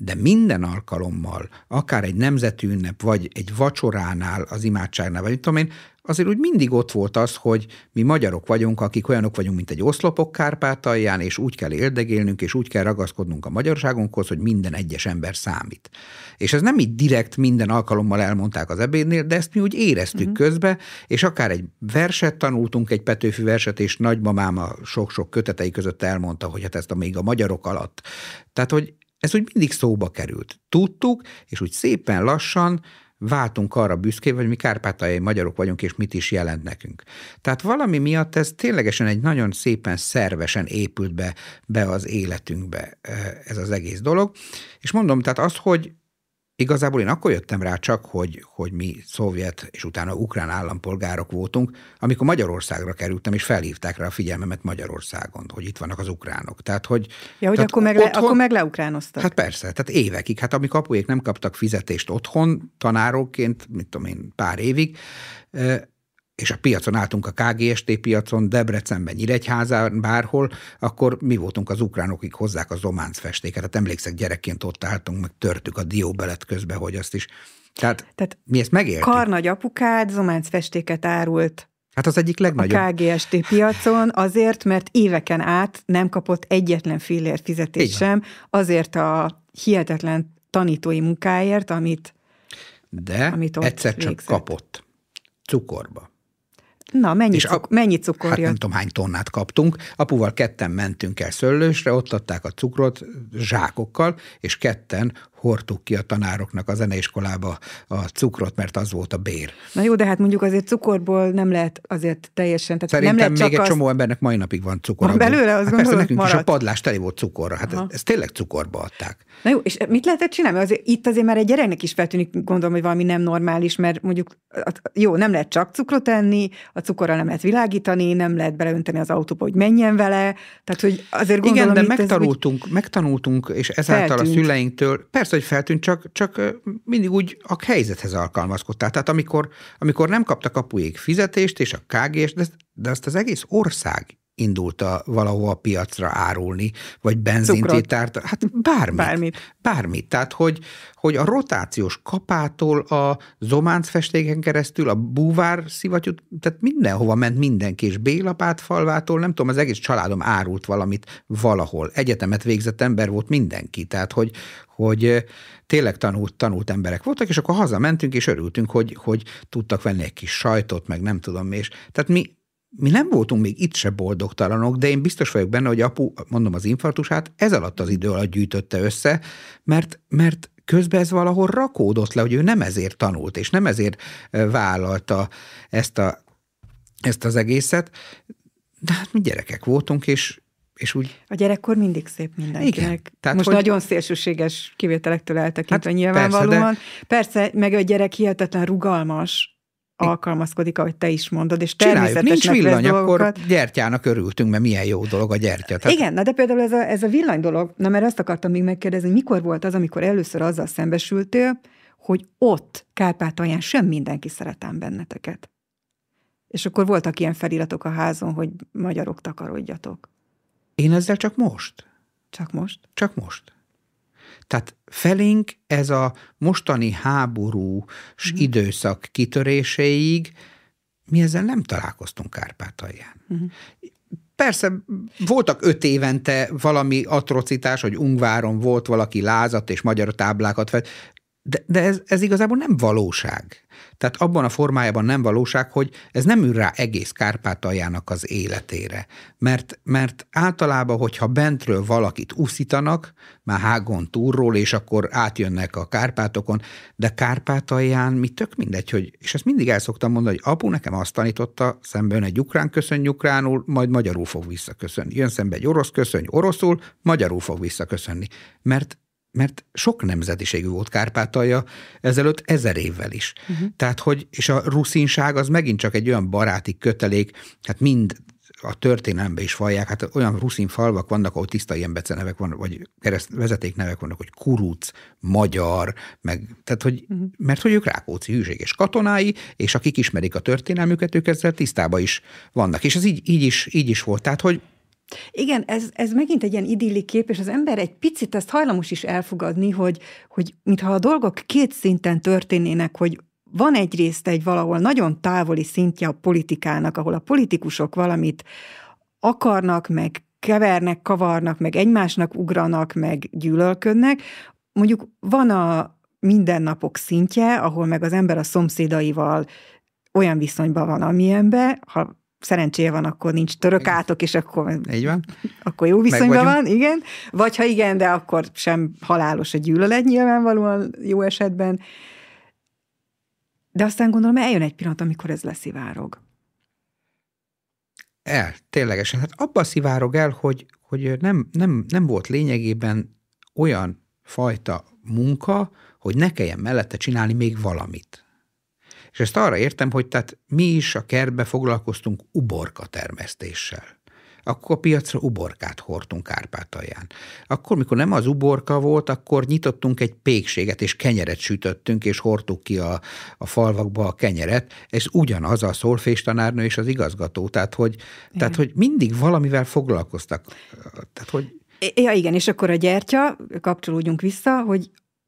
de minden alkalommal, akár egy nemzeti ünnep, vagy egy vacsoránál, az imádságnál, vagy tudom én, azért úgy mindig ott volt az, hogy mi magyarok vagyunk, akik olyanok vagyunk, mint egy oszlopok Kárpátalján, és úgy kell érdegélnünk, és úgy kell ragaszkodnunk a magyarságunkhoz, hogy minden egyes ember számít. És ez nem így direkt minden alkalommal elmondták az ebédnél, de ezt mi úgy éreztük közbe, és akár egy verset tanultunk, egy Petőfi verset, és nagymamám a sok-sok kötetei között elmondta, hogy hát ezt még a magyarok alatt. Tehát, hogy ez úgy mindig szóba került. Tudtuk, és úgy szépen lassan váltunk arra büszkén, hogy mi kárpátaljai magyarok vagyunk, és mit is jelent nekünk. Tehát valami miatt ez ténylegesen egy nagyon szépen szervesen épült be az életünkbe ez az egész dolog. És mondom, tehát az, hogy igazából én akkor jöttem rá csak, hogy mi szovjet és utána ukrán állampolgárok voltunk, amikor Magyarországra kerültem, és felhívták rá a figyelmemet Magyarországon, hogy itt vannak az ukránok. Tehát, hogy tehát akkor meg leukránoztak. Hát persze, tehát évekig. Hát amikor apuék nem kaptak fizetést otthon, tanárokként, mit tudom én, pár évig, és a piacon álltunk, a KGST piacon, Debrecenben, Nyíregyházán, bárhol, akkor mi voltunk az ukránok, akik hozzák a zománc festéket. Hát emlékszek, gyerekként ott álltunk, meg törtük a dióbelet közben, hogy azt is. Tehát mi ezt megéltük. Karnagy apukád zománc festéket árult hát az egyik legnagyobb. A KGST piacon azért, mert éveken át nem kapott egyetlen fillér fizetést sem, azért a hihetetlen tanítói munkáért, amit ott egyszer csak végzett. Kapott cukorba. Na, mennyi cukorja? Hát nem tudom, hány tonnát kaptunk. Apuval ketten mentünk el Szöllősre, ott adták a cukrot zsákokkal, és ketten hordtuk ki a tanároknak a zeneiskolába a cukrot, mert az volt a bér. Na jó, de hát mondjuk azért cukorból nem lehet azért teljesen. Tehát szerintem nem lehet még egy csomó embernek mai napig van cukor. Van belőle, azt gondolom, nekünk maradt. is a padlás teli volt cukorra. Hát ezt tényleg cukorba adták. Na jó, és mit lehetett csinálni? Azért már egy gyereknek is feltűnik, gondolom, hogy valami nem normális, mert mondjuk jó, nem lehet csak cukrot enni, a cukorral nem lehet világítani, nem lehet beleönteni az autóba, hogy menjen vele. Tehát, hogy azért gondolom, igen, de megtanultunk, és ezáltal a szüleinktől, persze, hogy feltűnt, csak mindig úgy a helyzethez alkalmazkodtál. Tehát amikor nem kaptak apuék fizetést, és a KG-s, de azt az egész ország indult valahol a piacra árulni, vagy benzintétárt, hát bármit. Tehát, hogy a rotációs kapától a zománcfestéken keresztül, a búvár szivattyút, tehát mindenhova ment mindenki, és Bélapátfalvától, nem tudom, az egész családom árult valamit valahol. Egyetemet végzett ember volt mindenki, tehát, hogy tényleg tanult emberek voltak, és akkor hazamentünk, és örültünk, hogy tudtak venni egy kis sajtot, meg nem tudom, és tehát mi nem voltunk még itt se boldogtalanok, de én biztos vagyok benne, hogy apu, mondom, az infarktusát ez alatt az idő alatt gyűjtötte össze, mert közben ez valahol rakódott le, hogy ő nem ezért tanult, és nem ezért vállalta ezt az egészet, de hát mi gyerekek voltunk, és úgy... A gyerekkor mindig szép mindenkinek. Igen, tehát most nagyon szélsőséges kivételektől eltekintve hát nyilvánvalóan. Persze, meg a gyerek hihetetlen rugalmas, alkalmazkodik, ahogy te is mondod, és természetesnek nincs villany, dolgokat. Akkor gyertyának örültünk, mert milyen jó dolog a gyertya. Tehát... Igen, na de például ez a villany dolog, na mert azt akartam még megkérdezni, mikor volt az, amikor először azzal szembesültél, hogy ott Kárpátalján sem mindenki szeret ám benneteket. És akkor voltak ilyen feliratok a házon, hogy magyarok, takarodjatok. Én ezzel csak most. Csak most? Csak most. Tehát felénk ez a mostani háborús időszak kitöréséig mi ezzel nem találkoztunk Kárpátalján. Persze voltak 5 évente valami atrocitás, hogy Ungváron volt valaki lázat és magyar táblákat vett, de ez igazából nem valóság. Tehát abban a formájában nem valóság, hogy ez nem ül rá egész Kárpátaljának az életére. Mert általában, hogyha bentről valakit uszítanak, már hágon túlról, és akkor átjönnek a Kárpátokon, de Kárpátalján mi tök mindegy, és ezt mindig el szoktam mondani, hogy apu nekem azt tanította, szemben egy ukrán köszönj ukránul, majd magyarul fog visszaköszönni. Jön szembe egy orosz köszönj oroszul, magyarul fog visszaköszönni. Mert sok nemzetiségű volt Kárpátalja ezelőtt 1000 évvel is. Tehát, és a ruszinság az megint csak egy olyan baráti kötelék, hát mind a történelemben is vallják, hát olyan ruszin falvak vannak, ahol tiszta ilyen becenevek vannak, vagy vezetéknevek vannak, hogy kuruc, magyar, tehát, mert hogy ők Rákóczi hűséges katonái, és akik ismerik a történelmüket, ők ezzel tisztában is vannak. És ez így is volt. Tehát, hogy Igen, ez megint egy ilyen idilli kép, és az ember egy picit ezt hajlamos is elfogadni, hogy mintha a dolgok két szinten történnének, hogy van egyrészt egy valahol nagyon távoli szintje a politikának, ahol a politikusok valamit akarnak, meg kevernek, kavarnak, meg egymásnak ugranak, meg gyűlölködnek. Mondjuk van a mindennapok szintje, ahol meg az ember a szomszédaival olyan viszonyban van, amilyenben, ha szerencséje van, akkor nincs törökátok, és akkor, így van. Akkor jó viszonyban van, igen. Vagy ha igen, de akkor sem halálos a gyűlölet nyilvánvalóan jó esetben. De aztán gondolom, eljön egy pillanat, amikor ez leszivárog. Ténylegesen. Hát abba szivárog el, hogy nem volt lényegében olyan fajta munka, hogy ne kelljen mellette csinálni még valamit. És ezt arra értem, hogy tehát mi is a kertbe foglalkoztunk uborka termesztéssel. Akkor a piacra uborkát hordtunk Kárpátalján. Akkor, mikor nem az uborka volt, akkor nyitottunk egy pékséget, és kenyeret sütöttünk, és hordtuk ki a falvakba a kenyeret. Ez ugyanaz a szolfés-tanárnő és az igazgató. Tehát, hogy mindig valamivel foglalkoztak. Tehát, hogy... Ja, igen, és akkor a gyertya, kapcsolódjunk vissza, hogy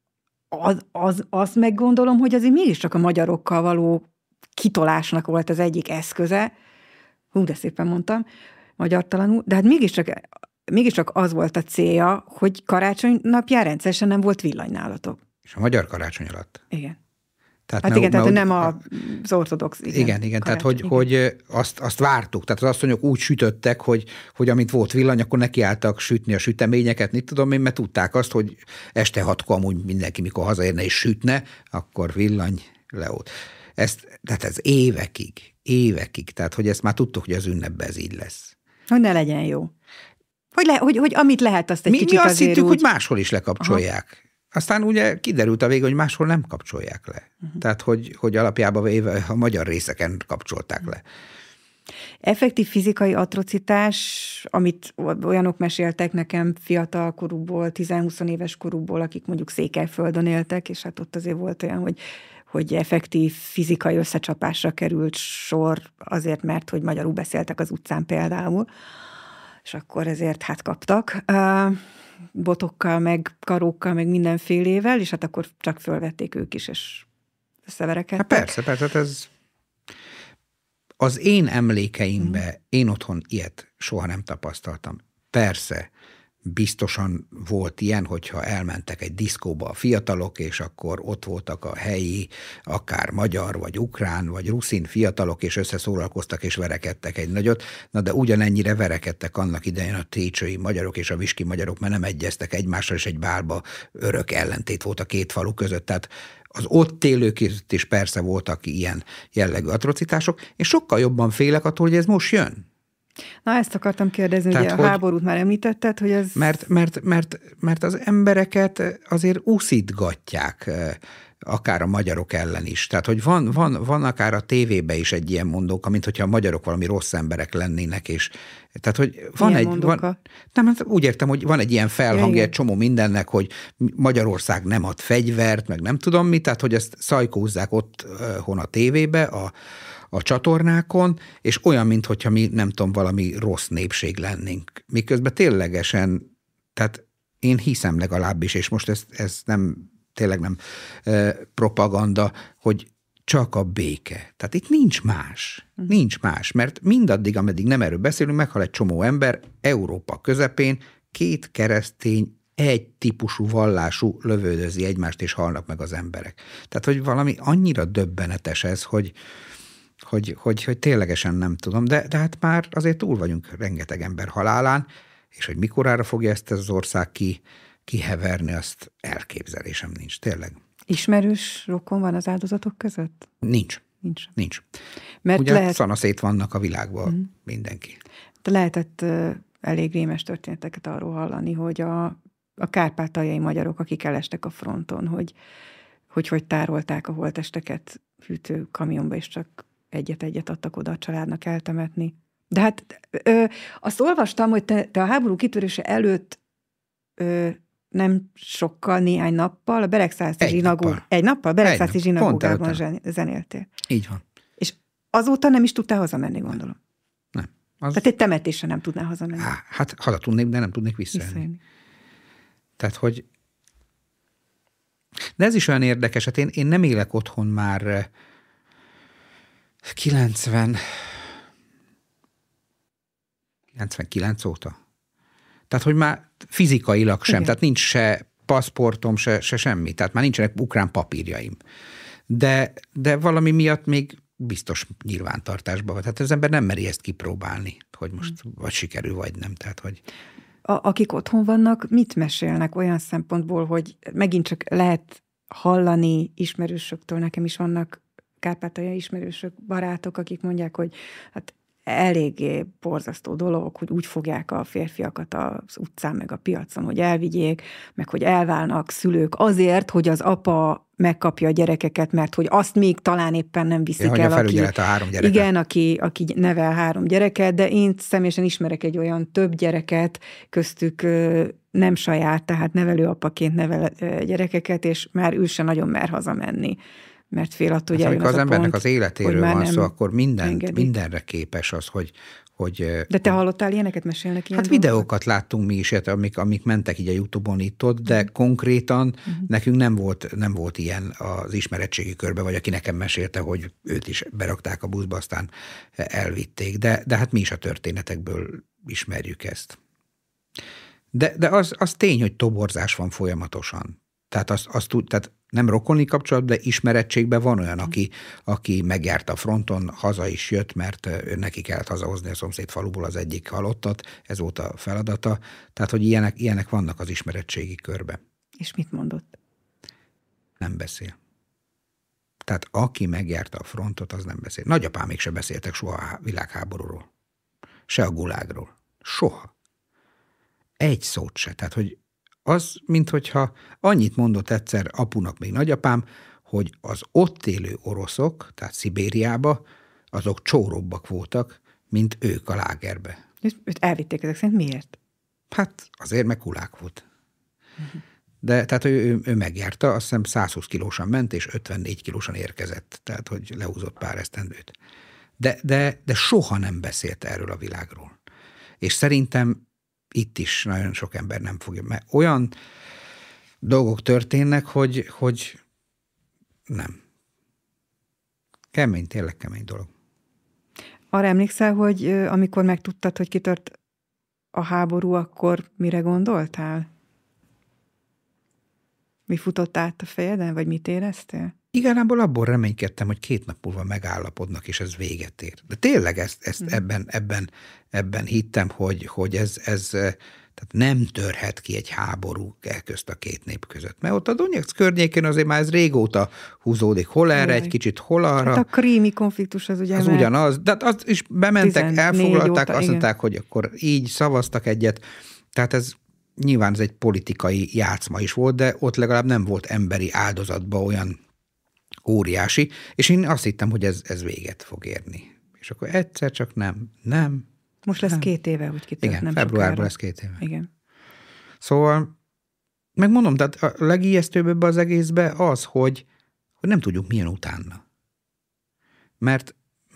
azt meggondolom, hogy azért mégiscsak a magyarokkal való kitolásnak volt az egyik eszköze. Hú, de szépen mondtam, magyartalanul, de hát mégiscsak az volt a célja, hogy karácsony napján rendszeresen nem volt villany nálatok. És a magyar karácsony alatt. Igen. Tehát nem az ortodox. Igen, tehát hogy azt vártuk. Tehát az asszonyok úgy sütöttek, hogy amint volt villany, akkor nekiálltak sütni a süteményeket, mit tudom én, mert tudták azt, hogy este 6-kor amúgy mindenki, mikor hazaérne és sütne, akkor villany leót. Tehát ez évekig. Tehát, hogy ezt már tudtuk, hogy az ünnepben ez így lesz. Hogy ne legyen jó. Hogy amit lehet, azt egy kicsit mi azt azért hittük, úgy... hogy máshol is lekapcsolják. Aha. Aztán ugye kiderült a vége, hogy máshol nem kapcsolják le. Tehát, hogy alapjában véve a magyar részeken kapcsolták le. Effektív fizikai atrocitás, amit olyanok meséltek nekem fiatal korukból, 10-20 éves korukból, akik mondjuk Székelyföldön éltek, és hát ott azért volt olyan, hogy effektív fizikai összecsapásra került sor azért, mert hogy magyarul beszéltek az utcán például, és akkor ezért hát kaptak botokkal, meg karókkal, meg mindenfélével, és hát akkor csak fölvették ők is, és összeverekedtek. Hát persze, ez az én emlékeimben, én otthon ilyet soha nem tapasztaltam. Persze, biztosan volt ilyen, hogyha elmentek egy diszkóba a fiatalok, és akkor ott voltak a helyi, akár magyar, vagy ukrán, vagy ruszin fiatalok, és összeszólalkoztak, és verekedtek egy nagyot. Na de ugyanennyire verekedtek annak idején a técsői magyarok és a viski magyarok, mert nem egyeztek egymással, és egy bálba örök ellentét volt a két falu között. Tehát az ott élők között is persze voltak ilyen jellegű atrocitások, és sokkal jobban félek attól, hogy ez most jön. Na, ezt akartam kérdezni, tehát, ugye a háborút már említetted, hogy ez... Mert az embereket azért úszítgatják, akár a magyarok ellen is. Tehát, hogy van akár a tévében is egy ilyen mondóka, mint hogyha a magyarok valami rossz emberek lennének, és tehát, hogy van nem, úgy értem, hogy van egy ilyen felhangja, egy csomó mindennek, hogy Magyarország nem ad fegyvert, meg nem tudom mit, tehát, hogy ezt szajkózzák ott hon a tévébe, a csatornákon, és olyan, mintha mi nem tudom, valami rossz népség lennénk. Miközben ténylegesen, tehát én hiszem legalábbis, és most ez nem, tényleg nem propaganda, hogy csak a béke. Tehát itt nincs más, mert mindaddig, ameddig nem erről beszélünk, meghal egy csomó ember, Európa közepén 2 keresztény, egy típusú vallású lövöldözi egymást, és halnak meg az emberek. Tehát, hogy valami annyira döbbenetes ez, hogy ténylegesen nem tudom, de hát már azért túl vagyunk rengeteg ember halálán, és hogy mikorára fogja ezt az ország kiheverni, azt elképzelésem nincs, tényleg. Ismerős rokon van az áldozatok között? Nincs. Mert ugye szanaszét vannak a világban mindenki. De lehetett elég rémes történeteket arról hallani, hogy a kárpátaljai magyarok, akik elestek a fronton, hogy tárolták a holttesteket hűtő kamionba, és csak egyet-egyet adtak oda a családnak eltemetni. De hát azt olvastam, hogy te a háború kitörése előtt nem sokkal, néhány nappal a Beregszászi zsinagógában zenéltél. Így van. És azóta nem is tudtál hazamenni, gondolom. Nem. Tehát egy temetésre nem tudná hazamenni. Hát haza tudnék, de nem tudnék visszajönni. Tehát, hogy... De ez is olyan érdekes, hát én nem élek otthon már 99 óta. Tehát, hogy már fizikailag sem, tehát nincs se paszportom, se semmi, tehát már nincsenek ukrán papírjaim. De valami miatt még biztos nyilvántartásban van. Tehát az ember nem meri ezt kipróbálni, hogy most vagy sikerül, vagy nem. Tehát, hogy... Akik otthon vannak, mit mesélnek olyan szempontból, hogy megint csak lehet hallani ismerősöktől, nekem is vannak kárpátaljai ismerősök, barátok, akik mondják, hogy hát eléggé borzasztó dolog, hogy úgy fogják a férfiakat az utcán, meg a piacon, hogy elvigyék, meg hogy elválnak szülők azért, hogy az apa megkapja a gyerekeket, mert hogy azt még talán éppen nem viszik el, a felügyelet a 3 gyereket. Igen, aki nevel 3 gyereket, de én személyesen ismerek egy olyan több gyereket, köztük nem saját, tehát nevelőapaként nevel gyerekeket, és már ő sem nagyon mer hazamenni. Mert fél attól, hogy amikor az embernek pont, az életéről van szó, akkor mindenre képes az, hogy... De te hallottál ilyeneket, mesélnek ilyen Hát dolgokat? videókat láttunk mi is, amik mentek így a YouTube-on itt-ott, de konkrétan nekünk nem volt ilyen az ismeretségi körbe, vagy aki nekem mesélte, hogy őt is berakták a buszba, aztán elvitték. De hát mi is a történetekből ismerjük ezt. De az tény, hogy toborzás van folyamatosan. Tehát nem rokoni kapcsolatban, de ismerettségben van olyan, aki megjárta a fronton, haza is jött, mert neki kellett hazahozni a szomszéd faluból az egyik halottat, ez volt a feladata. Tehát, hogy ilyenek vannak az ismerettségi körbe. És mit mondott? Nem beszél. Tehát aki megjárta a frontot, az nem beszél. Nagyapámék se beszéltek soha a világháborúról. Se a gulágról. Soha. Egy szót se. Tehát, hogy az, minthogyha annyit mondott egyszer apunak, még nagyapám, hogy az ott élő oroszok, tehát Szibériába, azok csóróbbak voltak, mint ők a lágerbe. Őt elvitték ezek szerint. Miért? Hát azért, meg kulák volt. De tehát ő megjárta, azt hiszem 120 kilósan ment, és 54 kilósan érkezett. Tehát, hogy lehúzott pár esztendőt. De soha nem beszélt erről a világról. És szerintem itt is nagyon sok ember nem fogja, mert olyan dolgok történnek, hogy nem. Kemény, tényleg kemény dolog. Arra emlékszel, hogy amikor megtudtad, hogy kitört a háború, akkor mire gondoltál? Mi futott át a fejeden, vagy mit éreztél? Igazából abból reménykedtem, hogy 2 nap múlva megállapodnak, és ez véget ér. De tényleg ebben hittem, hogy ez tehát nem törhet ki egy háború közt a 2 nép között. Mert ott a Donetsz környékén azért már ez régóta húzódik, hol erre egy kicsit, hol arra. Hát a krími konfliktus az ugye az ugyanaz, de az is bementek, elfoglalták, azt mondták, hogy akkor így szavaztak egyet. Tehát ez nyilván ez egy politikai játszma is volt, de ott legalább nem volt emberi áldozatba olyan óriási, és én azt hittem, hogy ez véget fog érni. És akkor egyszer csak nem. Most lesz 2 éve, hogy kitört. Igen, nem februárban lesz 2 éve. Igen. Szóval, megmondom, tehát a legijesztőbb ebbe az egészbe az, hogy nem tudjuk milyen utána. Mert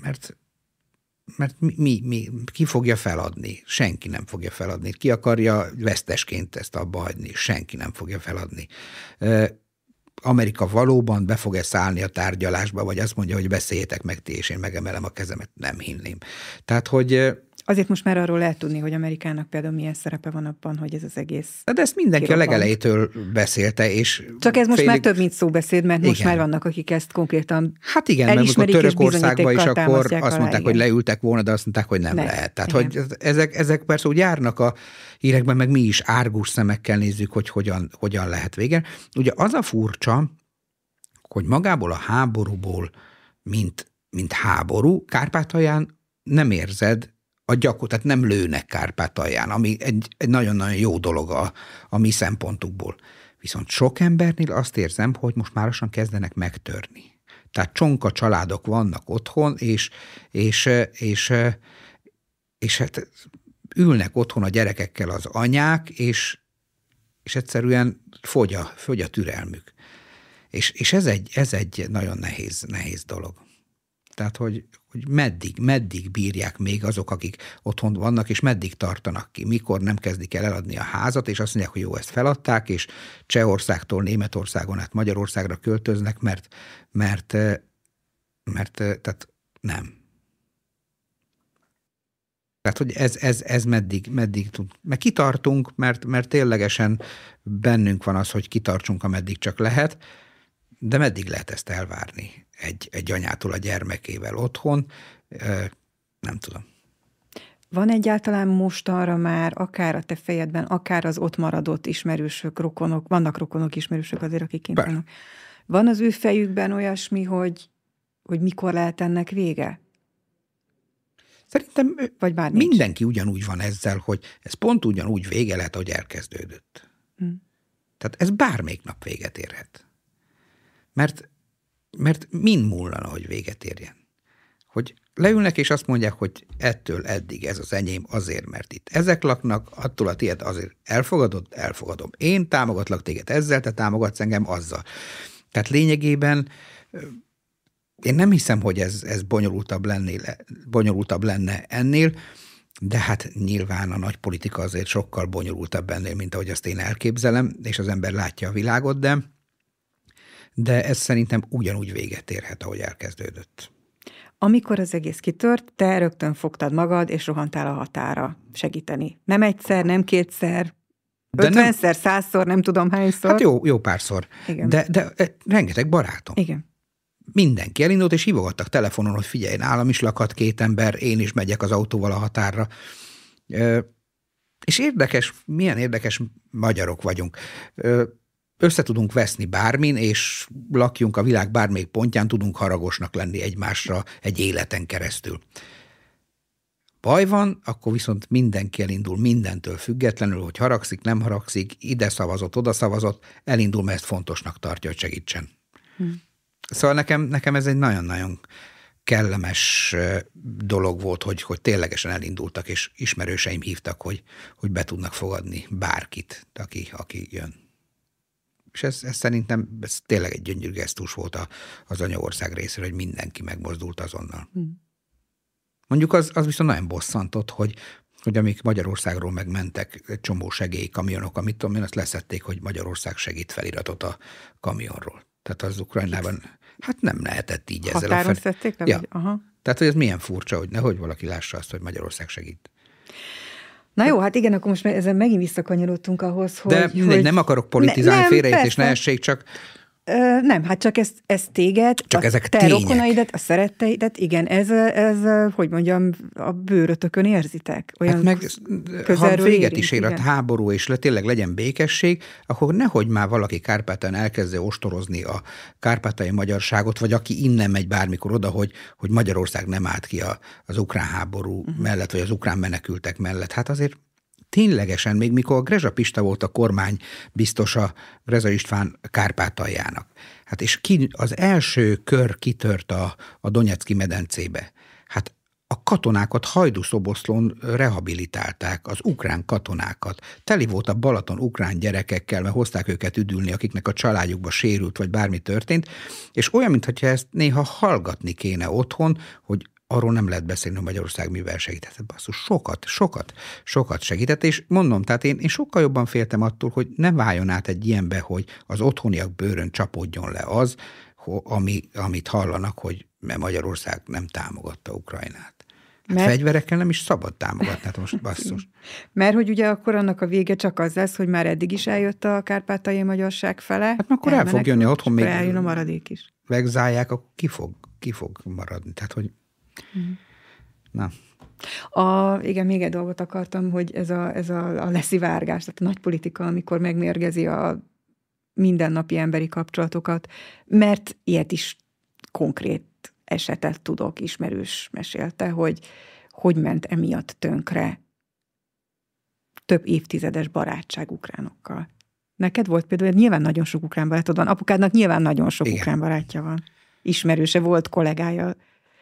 ki fogja feladni? Senki nem fogja feladni. Ki akarja vesztesként ezt abba hagyni? Senki nem fogja feladni. Amerika valóban be fog-e szállni a tárgyalásba, vagy azt mondja, hogy beszéljétek meg ti, és én megemelem a kezemet? Nem hinném. Tehát, hogy... Azért most már arról lehet tudni, hogy Amerikának például milyen szerepe van abban, hogy ez az egész... De ezt mindenki a legelejétől beszélte, és... Csak ez most már több, mint szóbeszéd, mert most már vannak, akik ezt konkrétan hát igen, mert amikor Törökországban is akkor azt mondták, hogy leültek volna, de azt mondták, hogy nem lehet. Tehát, hogy ezek persze úgy járnak a hírekben, meg mi is árgus szemekkel nézzük, hogy hogyan lehet vége. Ugye az a furcsa, hogy magából a háborúból, mint háború, Kárpátalján nem érzed tehát nem lőnek Kárpátalján, ami egy nagyon-nagyon jó dolog a mi szempontukból. Viszont sok embernél azt érzem, hogy most már lassan kezdenek megtörni. Tehát csonka családok vannak otthon, és hát ülnek otthon a gyerekekkel az anyák, és egyszerűen fogy a türelmük. És ez egy nagyon nehéz dolog. Tehát, hogy meddig bírják még azok, akik otthon vannak, és meddig tartanak ki, mikor nem kezdik el eladni a házat, és azt mondják, hogy jó, ezt feladták, és Csehországtól Németországon át Magyarországra költöznek, mert tehát nem. Tehát, hogy ez meddig tud. Mert kitartunk, mert ténylegesen bennünk van az, hogy kitartsunk, ameddig csak lehet, de meddig lehet ezt elvárni egy anyától a gyermekével otthon? Nem tudom. Van egyáltalán mostanra már, akár a te fejedben, akár az ott maradott ismerősök, rokonok, vannak rokonok, ismerősök azért, akik kint vannak. Van az ő fejükben olyasmi, hogy mikor lehet ennek vége? Szerintem vagy bár mindenki ugyanúgy van ezzel, hogy ez pont ugyanúgy vége lehet, ahogy elkezdődött. Tehát ez bármelyik nap véget érhet. Mert mind múlna, hogy véget érjen. Hogy leülnek és azt mondják, hogy ettől eddig ez az enyém azért, mert itt ezek laknak, attól a tiéd azért elfogadom. Én támogatlak téged ezzel, te támogatsz engem azzal. Tehát lényegében én nem hiszem, hogy ez bonyolultabb lenne ennél, de hát nyilván a nagy politika azért sokkal bonyolultabb ennél, mint ahogy azt én elképzelem, és az ember látja a világot, de ez szerintem ugyanúgy véget érhet, ahogy elkezdődött. Amikor az egész kitört, te rögtön fogtad magad, és rohantál a határa segíteni. Nem egyszer, nem kétszer, 50-szer, 100-szor, nem tudom hányszor. Hát jó párszor. Igen. De rengeteg barátom. Igen. Mindenki elindult, és hívogattak telefonon, hogy figyelj, nálam is lakhat 2 ember, én is megyek az autóval a határra. És milyen érdekes magyarok vagyunk. Össze tudunk veszni bármin, és lakjunk a világ bármelyik pontján, tudunk haragosnak lenni egymásra egy életen keresztül. Baj van, akkor viszont mindenki elindul mindentől függetlenül, hogy haragszik, nem haragszik, ide szavazott, oda szavazott, elindul, mert ezt fontosnak tartja, hogy segítsen. Szóval nekem ez egy nagyon-nagyon kellemes dolog volt, hogy ténylegesen elindultak, és ismerőseim hívtak, hogy be tudnak fogadni bárkit, aki jön. És ez szerintem tényleg egy gyönyörű gesztus volt az anyaország részéről, hogy mindenki megmozdult azonnal. Mondjuk az viszont nagyon bosszantott, hogy amik Magyarországról megmentek egy csomó segélykamionok, amit tudom én, azt leszették, hogy Magyarország segít feliratot a kamionról. Tehát az Ukrajnában, hát nem lehetett így ezzel. Határon szedték le? Ja. Aha. Tehát, hogy ez milyen furcsa, hogy nehogy valaki lássa azt, hogy Magyarország segít. Na jó, hát igen, akkor most ezen megint visszakanyarodtunk ahhoz, hogy... De nem akarok politizálni, félreértés ne essék, csak... Nem, hát csak ez téged, csak ezek te tények. Rokonaidat, a szeretteidet, igen, ez, hogy mondjam, a bőrötökön érzitek. Olyan hát meg, ha véget is ér a háború, és tényleg legyen békesség, akkor nehogy már valaki Kárpátán elkezdje ostorozni a kárpátaljai magyarságot, vagy aki innen megy bármikor oda, hogy Magyarország nem állt ki az ukrán háború mellett, vagy az ukrán menekültek mellett. Hát azért ténylegesen, még mikor Grezsa Pista volt a kormány biztosa Greza István Kárpátaljának. Hát és az első kör kitört a Donecki medencébe. Hát a katonákat Hajdúszoboszlón rehabilitálták, az ukrán katonákat. Teli volt a Balaton ukrán gyerekekkel, mert hozták őket üdülni, akiknek a családjukba sérült, vagy bármi történt, és olyan, mintha ezt néha hallgatni kéne otthon, hogy arról nem lehet beszélni, hogy Magyarország mivel segített. Basszus, sokat segített, és mondom, tehát én sokkal jobban féltem attól, hogy ne váljon át egy ilyenbe, hogy az otthoniak bőrön csapódjon le az, amit hallanak, hogy Magyarország nem támogatta Ukrajnát. Fegyverekkel nem is szabad támogatni, hát most basszus. Mert hogy ugye akkor annak a vége csak az lesz, hogy már eddig is eljött a kárpátaljai magyarság fele. Hát akkor el fog jönni otthon, még eljön a maradék is. Vegzálják, akkor ki fog maradni. Tehát, hogy na. Igen, még egy dolgot akartam, hogy ez a leszivárgás, tehát a nagy politika, amikor megmérgezi a mindennapi emberi kapcsolatokat, mert ilyet is konkrét esetet tudok, ismerős mesélte, hogy ment emiatt tönkre több évtizedes barátság ukránokkal. Neked volt például, nyilván nagyon sok ukrán barátod van, apukádnak nyilván nagyon sok ukrán barátja van. Ismerőse volt, kollégája.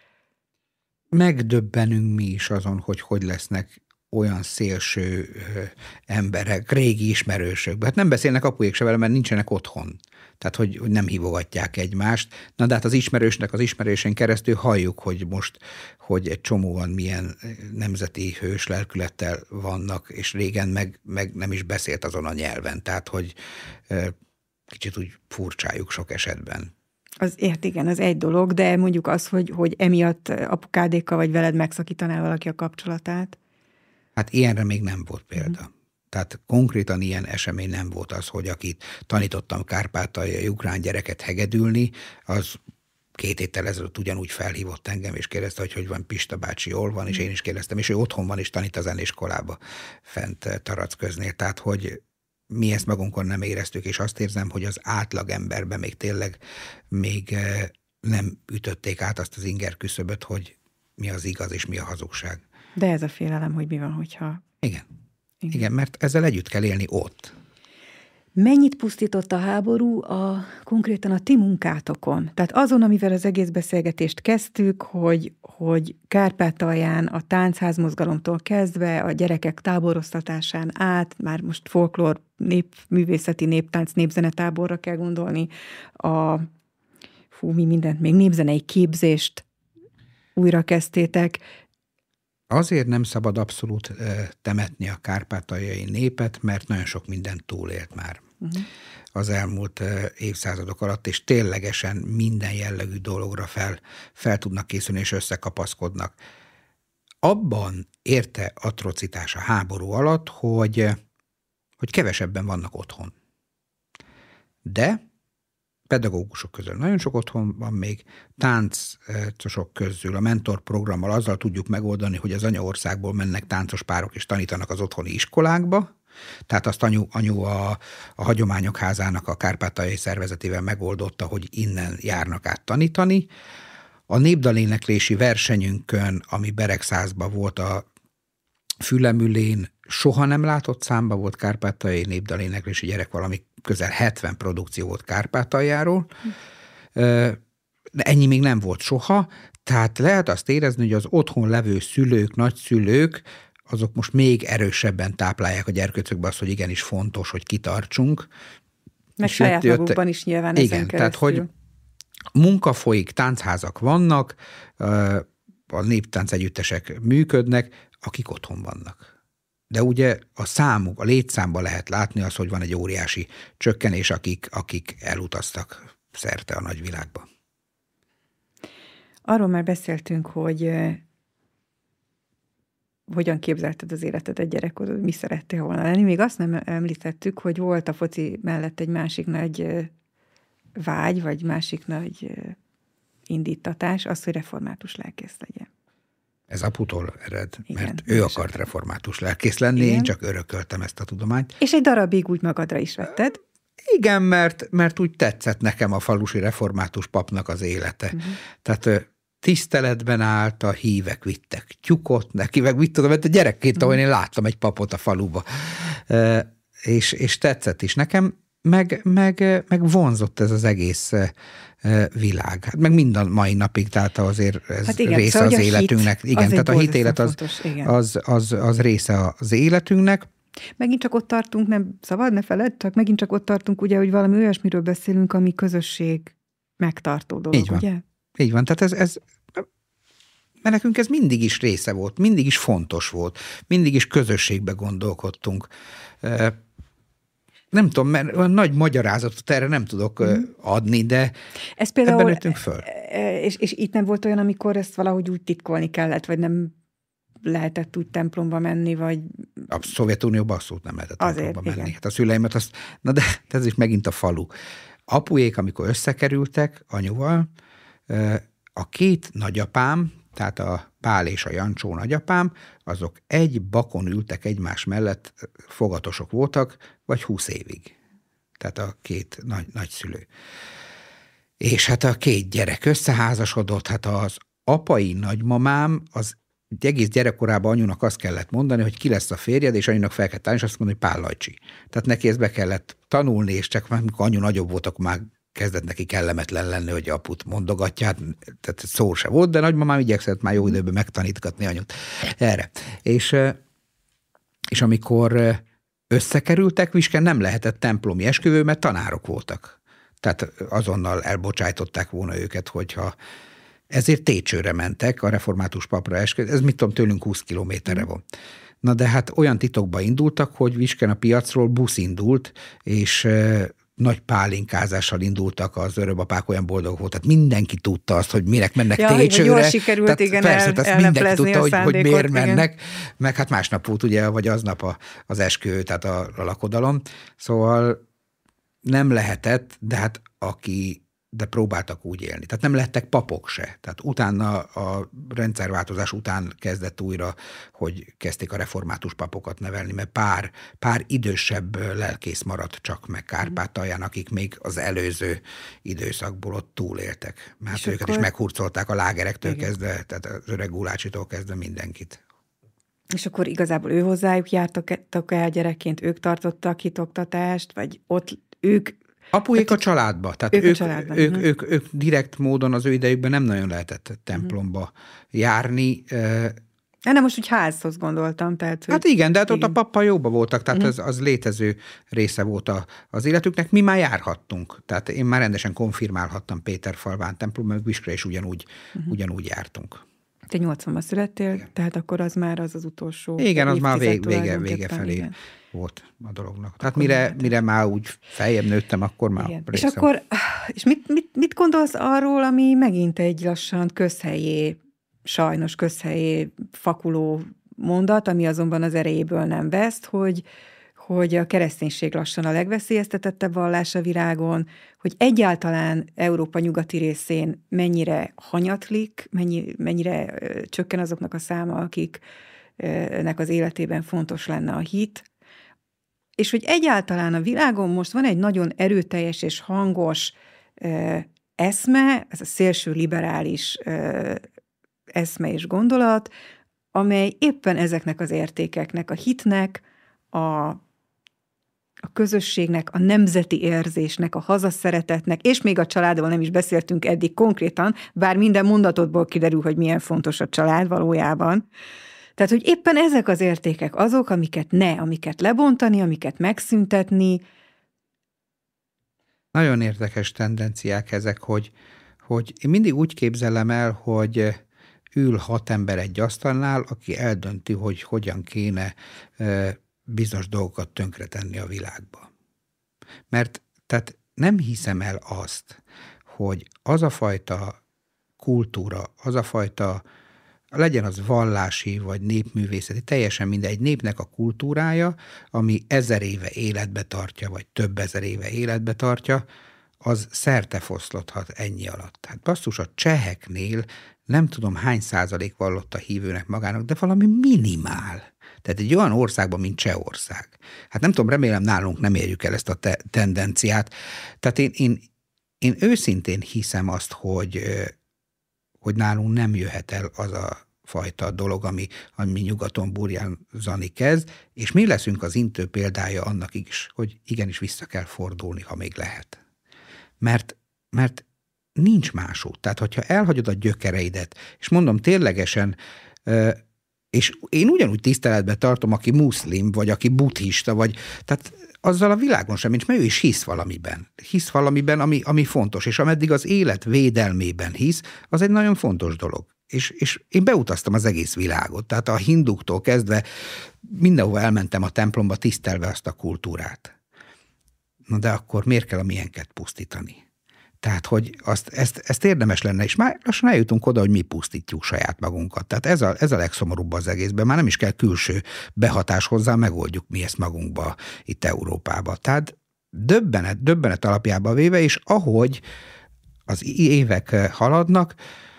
Megdöbbenünk mi is azon, hogy lesznek olyan szélső emberek, régi ismerősök. Hát nem beszélnek apujék se vele, mert nincsenek otthon. Tehát, hogy nem hívogatják egymást. Na, de hát az ismerősen keresztül halljuk, hogy most, hogy egy csomóan milyen nemzeti hős lelkülettel vannak, és régen meg nem is beszélt azon a nyelven. Tehát, hogy kicsit úgy furcsájuk sok esetben. Igen, az egy dolog, de mondjuk az, hogy emiatt apukádékkal vagy veled megszakítaná valaki a kapcsolatát. Hát ilyenre még nem volt példa. Tehát konkrétan ilyen esemény nem volt az, hogy akit tanítottam kárpátaljai ukrán gyereket hegedülni, az 2 héttel ezelőtt ugyanúgy felhívott engem, és kérdezte, hogy van Pista bácsi, jól van, és én is kérdeztem, és ő otthon van, és tanít a zeneiskolába fent Taracköznél. Tehát, hogy mi ezt magunkon nem éreztük, és azt érzem, hogy az átlag emberben még tényleg nem ütötték át azt az inger küszöböt, hogy mi az igaz, és mi a hazugság. De ez a félelem, hogy mi van, hogyha... Igen, mert ezzel együtt kell élni ott. Mennyit pusztított a háború konkrétan a ti munkátokon? Tehát azon, amivel az egész beszélgetést kezdtük, hogy Kárpátalján a táncházmozgalomtól kezdve a gyerekek táboroztatásán át, már most folklór, népművészeti, néptánc, népzenetáborra kell gondolni, még népzenei képzést újra kezdtétek. Azért nem szabad abszolút temetni a kárpátaljai népet, mert nagyon sok mindent túlélt már az elmúlt évszázadok alatt, és ténylegesen minden jellegű dologra fel tudnak készülni, és összekapaszkodnak. Abban érte atrocitás a háború alatt, hogy kevesebben vannak otthon. De pedagógusok közül nagyon sok otthon van még, táncosok közül a mentor programmal azzal tudjuk megoldani, hogy az anyaországból mennek táncos párok és tanítanak az otthoni iskolákba, tehát azt anyu a Hagyományok Házának a kárpátaljai szervezetével megoldotta, hogy innen járnak át tanítani. A népdaléneklési versenyünkön, ami Beregszázban volt a Fülemülén, soha nem látott számba volt kárpátaljai népdaléneklési gyerek, valami közel 70 produkció volt Kárpátaljáról, de ennyi még nem volt soha, tehát lehet azt érezni, hogy az otthon levő szülők, nagyszülők, azok most még erősebben táplálják a gyerkőcökbe azt, hogy igenis fontos, hogy kitartsunk. Meg saját magukban is nyilván ezen keresztül. Tehát, hogy munka folyik, táncházak vannak, a néptánc együttesek működnek, akik otthon vannak. De ugye a létszámban lehet látni az, hogy van egy óriási csökkenés, akik elutaztak szerte a nagyvilágba. Arról már beszéltünk, hogy hogyan képzelted az életedet gyerekkorod, mi szerettél volna lenni. Még azt nem említettük, hogy volt a foci mellett egy másik nagy vágy, vagy másik nagy indítatás, az, hogy református lelkész legyen. Ez aputól ered, igen, mert ő akart református lelkész lenni, igen. Én csak örököltem ezt a tudományt. És egy darabig úgy magadra is vetted? Igen, mert úgy tetszett nekem a falusi református papnak az élete. Tehát tiszteletben állt, a hívek vittek tyukot neki, meg mit tudom, mert a gyerekként, ahol én láttam egy papot a faluba. És tetszett is nekem, meg vonzott ez az egész világ. Hát meg minden mai napig, tehát azért ez hát igen, része szóval az életünknek. Igen, tehát a hitélet az része az életünknek. Megint csak ott tartunk, nem szabad, ne feledd, csak megint csak ott tartunk, ugye, hogy valami olyasmiről beszélünk, ami közösség megtartó dolog, így van. Ugye? Így van, tehát ez mert nekünk ez mindig is része volt, mindig is fontos volt, mindig is közösségbe gondolkodtunk. Nem tudom, mert olyan nagy magyarázatot erre nem tudok adni, de ez például, ebben nőttünk föl. És itt nem volt olyan, amikor ezt valahogy úgy titkolni kellett, vagy nem lehetett úgy templomba menni, vagy... A Szovjetunióban abszolút nem lehetett templomba menni. Hát a szüleimet azt... Na de ez is megint a falu. Apujék, amikor összekerültek anyuval, a két nagyapám, tehát a Pál és a Jancsó nagyapám, azok egy bakon ültek egymás mellett, fogatosok voltak, vagy 20 évig. Tehát a két nagyszülő. És hát a két gyerek összeházasodott, hát az apai nagymamám, az egész gyerekkorában anyunak azt kellett mondani, hogy ki lesz a férjed, és anyunak fel kellett állni, és azt mondani, hogy Pál Lajcsi. Tehát neki ezt be kellett tanulni, és csak amikor anyu nagyobb volt, akkor már kezdett neki kellemetlen lenni, hogy aput mondogatja, hát, tehát szó se volt, de nagymamám igyekszett már jó időben megtanítgatni anyut erre. És amikor összekerültek, Visken nem lehetett templomi esküvő, mert tanárok voltak. Tehát azonnal elbocsájtották volna őket, hogyha ezért Técsőre mentek, a református papra esküdt, ez mit tudom, tőlünk 20 kilométerre van. Na de hát olyan titokba indultak, hogy Visken a piacról busz indult, és nagy pálinkázással indultak az örökapák, olyan boldog volt. Tehát mindenki tudta azt, hogy minek mennek Técsőre. Jól sikerült, tehát igen, persze, mindenki tudta, hogy miért igen. mennek, meg hát másnap volt ugye, vagy aznap az eskü, tehát a lakodalom. Szóval nem lehetett, de próbáltak úgy élni. Tehát nem lettek papok se. Tehát utána a rendszerváltozás után kezdett újra, hogy kezdték a református papokat nevelni, mert pár idősebb lelkész maradt csak meg Kárpátalján, akik még az előző időszakból ott túléltek. Mert őket is meghurcolták a lágerektől kezdve, tehát az öreg Gulácsitól kezdve mindenkit. És akkor igazából ő hozzájuk jártak el gyerekként, ők tartottak hitoktatást, vagy ott ők... Apuék a családba. Tehát ők direkt módon az ő idejükben nem nagyon lehetett templomba járni. Nem, most úgy házhoz gondoltam. Tehát, hát igen, de hát ott a pappal jóba voltak, tehát az létező része volt az életüknek. Mi már járhattunk. Tehát én már rendesen konfirmálhattam Péterfalván templomba, meg Viskre is ugyanúgy jártunk. Te 80-ban születtél, igen. Tehát akkor az már az utolsó. Igen, az már vége felé igen. Volt a dolognak. Tehát mire már úgy feljebb nőttem, akkor már részem. És akkor, és mit gondolsz arról, ami megint egy lassan sajnos közhelyé fakuló mondat, ami azonban az erejéből nem veszt, hogy a kereszténység lassan a legveszélyeztetettebb vallás a világon, hogy egyáltalán Európa nyugati részén mennyire hanyatlik, mennyire csökken azoknak a száma, akiknek az életében fontos lenne a hit, és hogy egyáltalán a világon most van egy nagyon erőteljes és hangos eszme, ez a szélső liberális eszme és gondolat, amely éppen ezeknek az értékeknek, a hitnek, a közösségnek, a nemzeti érzésnek, a hazaszeretetnek, és még a családról nem is beszéltünk eddig konkrétan, bár minden mondatodból kiderül, hogy milyen fontos a család valójában. Tehát, hogy éppen ezek az értékek azok, amiket lebontani, amiket megszüntetni. Nagyon érdekes tendenciák ezek, hogy én mindig úgy képzelem el, hogy ül 6 ember egy asztalnál, aki eldönti, hogy hogyan kéne bizonyos dolgokat tönkretenni a világba. Mert tehát nem hiszem el azt, hogy az a fajta kultúra, az a fajta, legyen az vallási vagy népművészeti, teljesen mindegy népnek a kultúrája, ami 1000 éve életbe tartja, vagy több ezer éve életbe tartja, az szertefoszlothat ennyi alatt. Tehát basszus, a cseheknél nem tudom hány százalék vallott a hívőnek magának, de valami minimál. Tehát egy olyan országban, mint Csehország. Hát nem tudom, remélem nálunk nem érjük el ezt a tendenciát. Tehát én őszintén hiszem azt, hogy nálunk nem jöhet el az a fajta dolog, ami nyugaton burjánzani kezd, és mi leszünk az intő példája annak is, hogy igenis vissza kell fordulni, ha még lehet. Mert nincs másút. Tehát, hogyha elhagyod a gyökereidet, és mondom ténylegesen, és én ugyanúgy tiszteletben tartom, aki muszlim, vagy aki buddhista, vagy tehát azzal a világon sem nincs, mert ő is hisz valamiben. Hisz valamiben, ami fontos, és ameddig az élet védelmében hisz, az egy nagyon fontos dolog. És én beutaztam az egész világot, tehát a hinduktól kezdve mindenhova elmentem a templomba tisztelve azt a kultúrát. Na de akkor miért kell a miénket pusztítani? Tehát, hogy ezt érdemes lenne, és már lassan eljutunk oda, hogy mi pusztítjuk saját magunkat. Tehát ez a legszomorúbb az egészben. Már nem is kell külső behatás hozzá, megoldjuk mi ezt magunkba itt Európába. Tehát döbbenet alapjába véve, és ahogy az évek haladnak,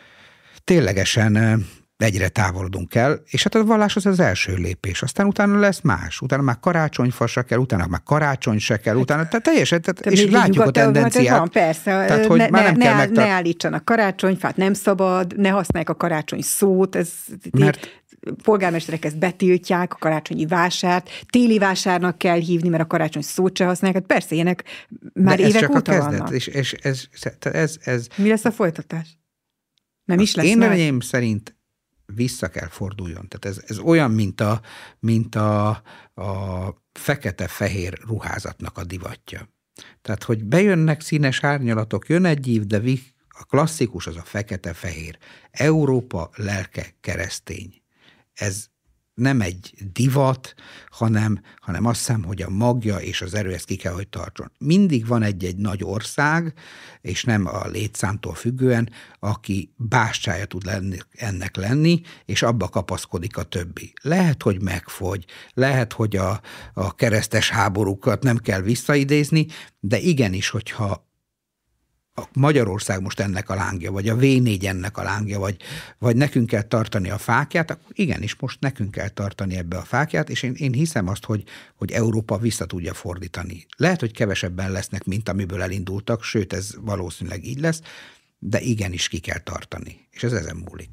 ténylegesen egyre távolodunk el, és hát a vallás az első lépés. Aztán utána lesz más. Utána már karácsonyfa se kell, utána már karácsony se kell, utána tehát teljesen, és látjuk a tendenciát. Van, persze. Tehát, hogy ne állítsanak karácsonyfát, nem szabad, ne használják a karácsony szót, polgármesterek ezt betiltják, a karácsonyi vásárt, téli vásárnak kell hívni, mert a karácsony szót se használják. Hát persze, ilyenek már évek óta vannak. És ez... Mi lesz a folytatás? Nem is lesz én reményeim szerint vissza kell forduljon. Tehát ez olyan, mint a fekete-fehér ruházatnak a divatja. Tehát, hogy bejönnek színes árnyalatok, jön egy ív, de a klasszikus az a fekete-fehér. Európa lelke keresztény. Ez nem egy divat, hanem azt hiszem, hogy a magja és az erő ezt ki kell, hogy tartson. Mindig van egy nagy ország, és nem a létszámtól függően, aki bástyája tud ennek lenni, és abba kapaszkodik a többi. Lehet, hogy megfogy, lehet, hogy a keresztes háborúkat nem kell visszaidézni, de igenis, hogyha a Magyarország most ennek a lángja, vagy a V4 ennek a lángja, vagy nekünk kell tartani a fákját, akkor igenis most nekünk kell tartani ebbe a fákját, és én hiszem azt, hogy Európa vissza tudja fordítani. Lehet, hogy kevesebben lesznek, mint amiből elindultak, sőt, ez valószínűleg így lesz, de igenis ki kell tartani, és ez ezen múlik.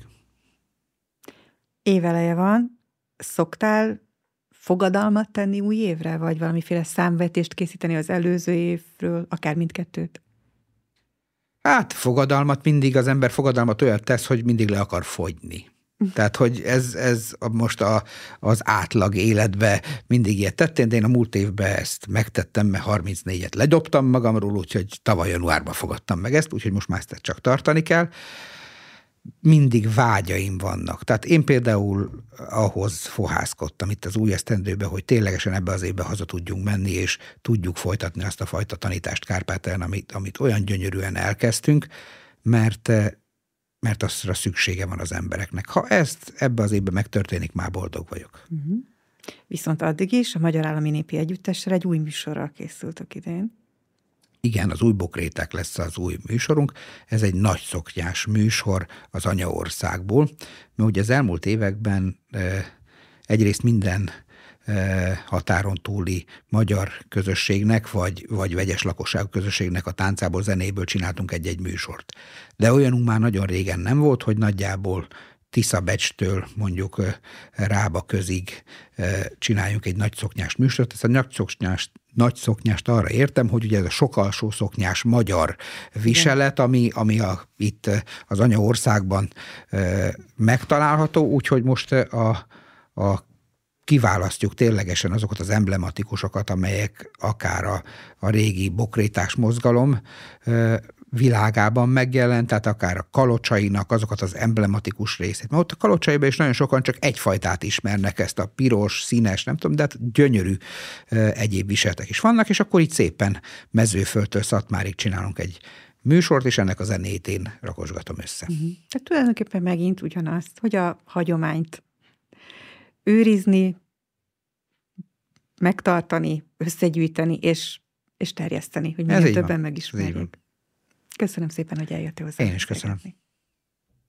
Éveleje van, szoktál fogadalmat tenni új évre, vagy valamiféle számvetést készíteni az előző évről, akár mindkettőt? Hát fogadalmat mindig, az ember fogadalmat olyat tesz, hogy mindig le akar fogyni. Tehát, hogy ez most az átlag életbe mindig ilyet tettem, de én a múlt évben ezt megtettem, mert 34-et ledobtam magamról, úgyhogy tavaly januárban fogadtam meg ezt, úgyhogy most már ezt csak tartani kell. Mindig vágyaim vannak. Tehát én például ahhoz fohászkodtam itt az új esztendőben, hogy ténylegesen ebbe az évbe haza tudjunk menni, és tudjuk folytatni azt a fajta tanítást Kárpátalján, amit olyan gyönyörűen elkezdtünk, mert azra szüksége van az embereknek. Ha ezt ebbe az évben megtörténik, már boldog vagyok. Uh-huh. Viszont addig is a Magyar Állami Népi Együttessel egy új műsorral készültök idén. Igen, az Új Bokréták lesz az új műsorunk. Ez egy nagy szoknyás műsor az anyaországból, mert ugye az elmúlt években egyrészt minden határon túli magyar közösségnek, vagy vegyes lakosságú közösségnek a táncából, zenéből csináltunk egy-egy műsort. De olyanunk már nagyon régen nem volt, hogy nagyjából Tiszabecstől mondjuk Rába közig csináljunk egy nagyszoknyás műsort. Ezt a nagyszoknyást arra értem, hogy ugye ez a sokalsó szoknyás magyar viselet, ami itt az anyaországban megtalálható, úgyhogy most kiválasztjuk ténylegesen azokat az emblematikusokat, amelyek akár a régi bokrétás mozgalom világában megjelent, tehát akár a kalocsainak azokat az emblematikus részét. Mert ott a kalocsaiban is nagyon sokan csak egyfajtát ismernek, ezt a piros, színes, nem tudom, de hát gyönyörű egyéb viseletek is vannak, és akkor így szépen Mezőföldtől Szatmárig csinálunk egy műsort, és ennek a zenét én rakosgatom össze. Uh-huh. Tehát tulajdonképpen megint ugyanazt, hogy a hagyományt őrizni, megtartani, összegyűjteni, és terjeszteni, hogy minél többen megismerjék. Köszönöm szépen, hogy eljöttél hozzá. Én is köszönöm.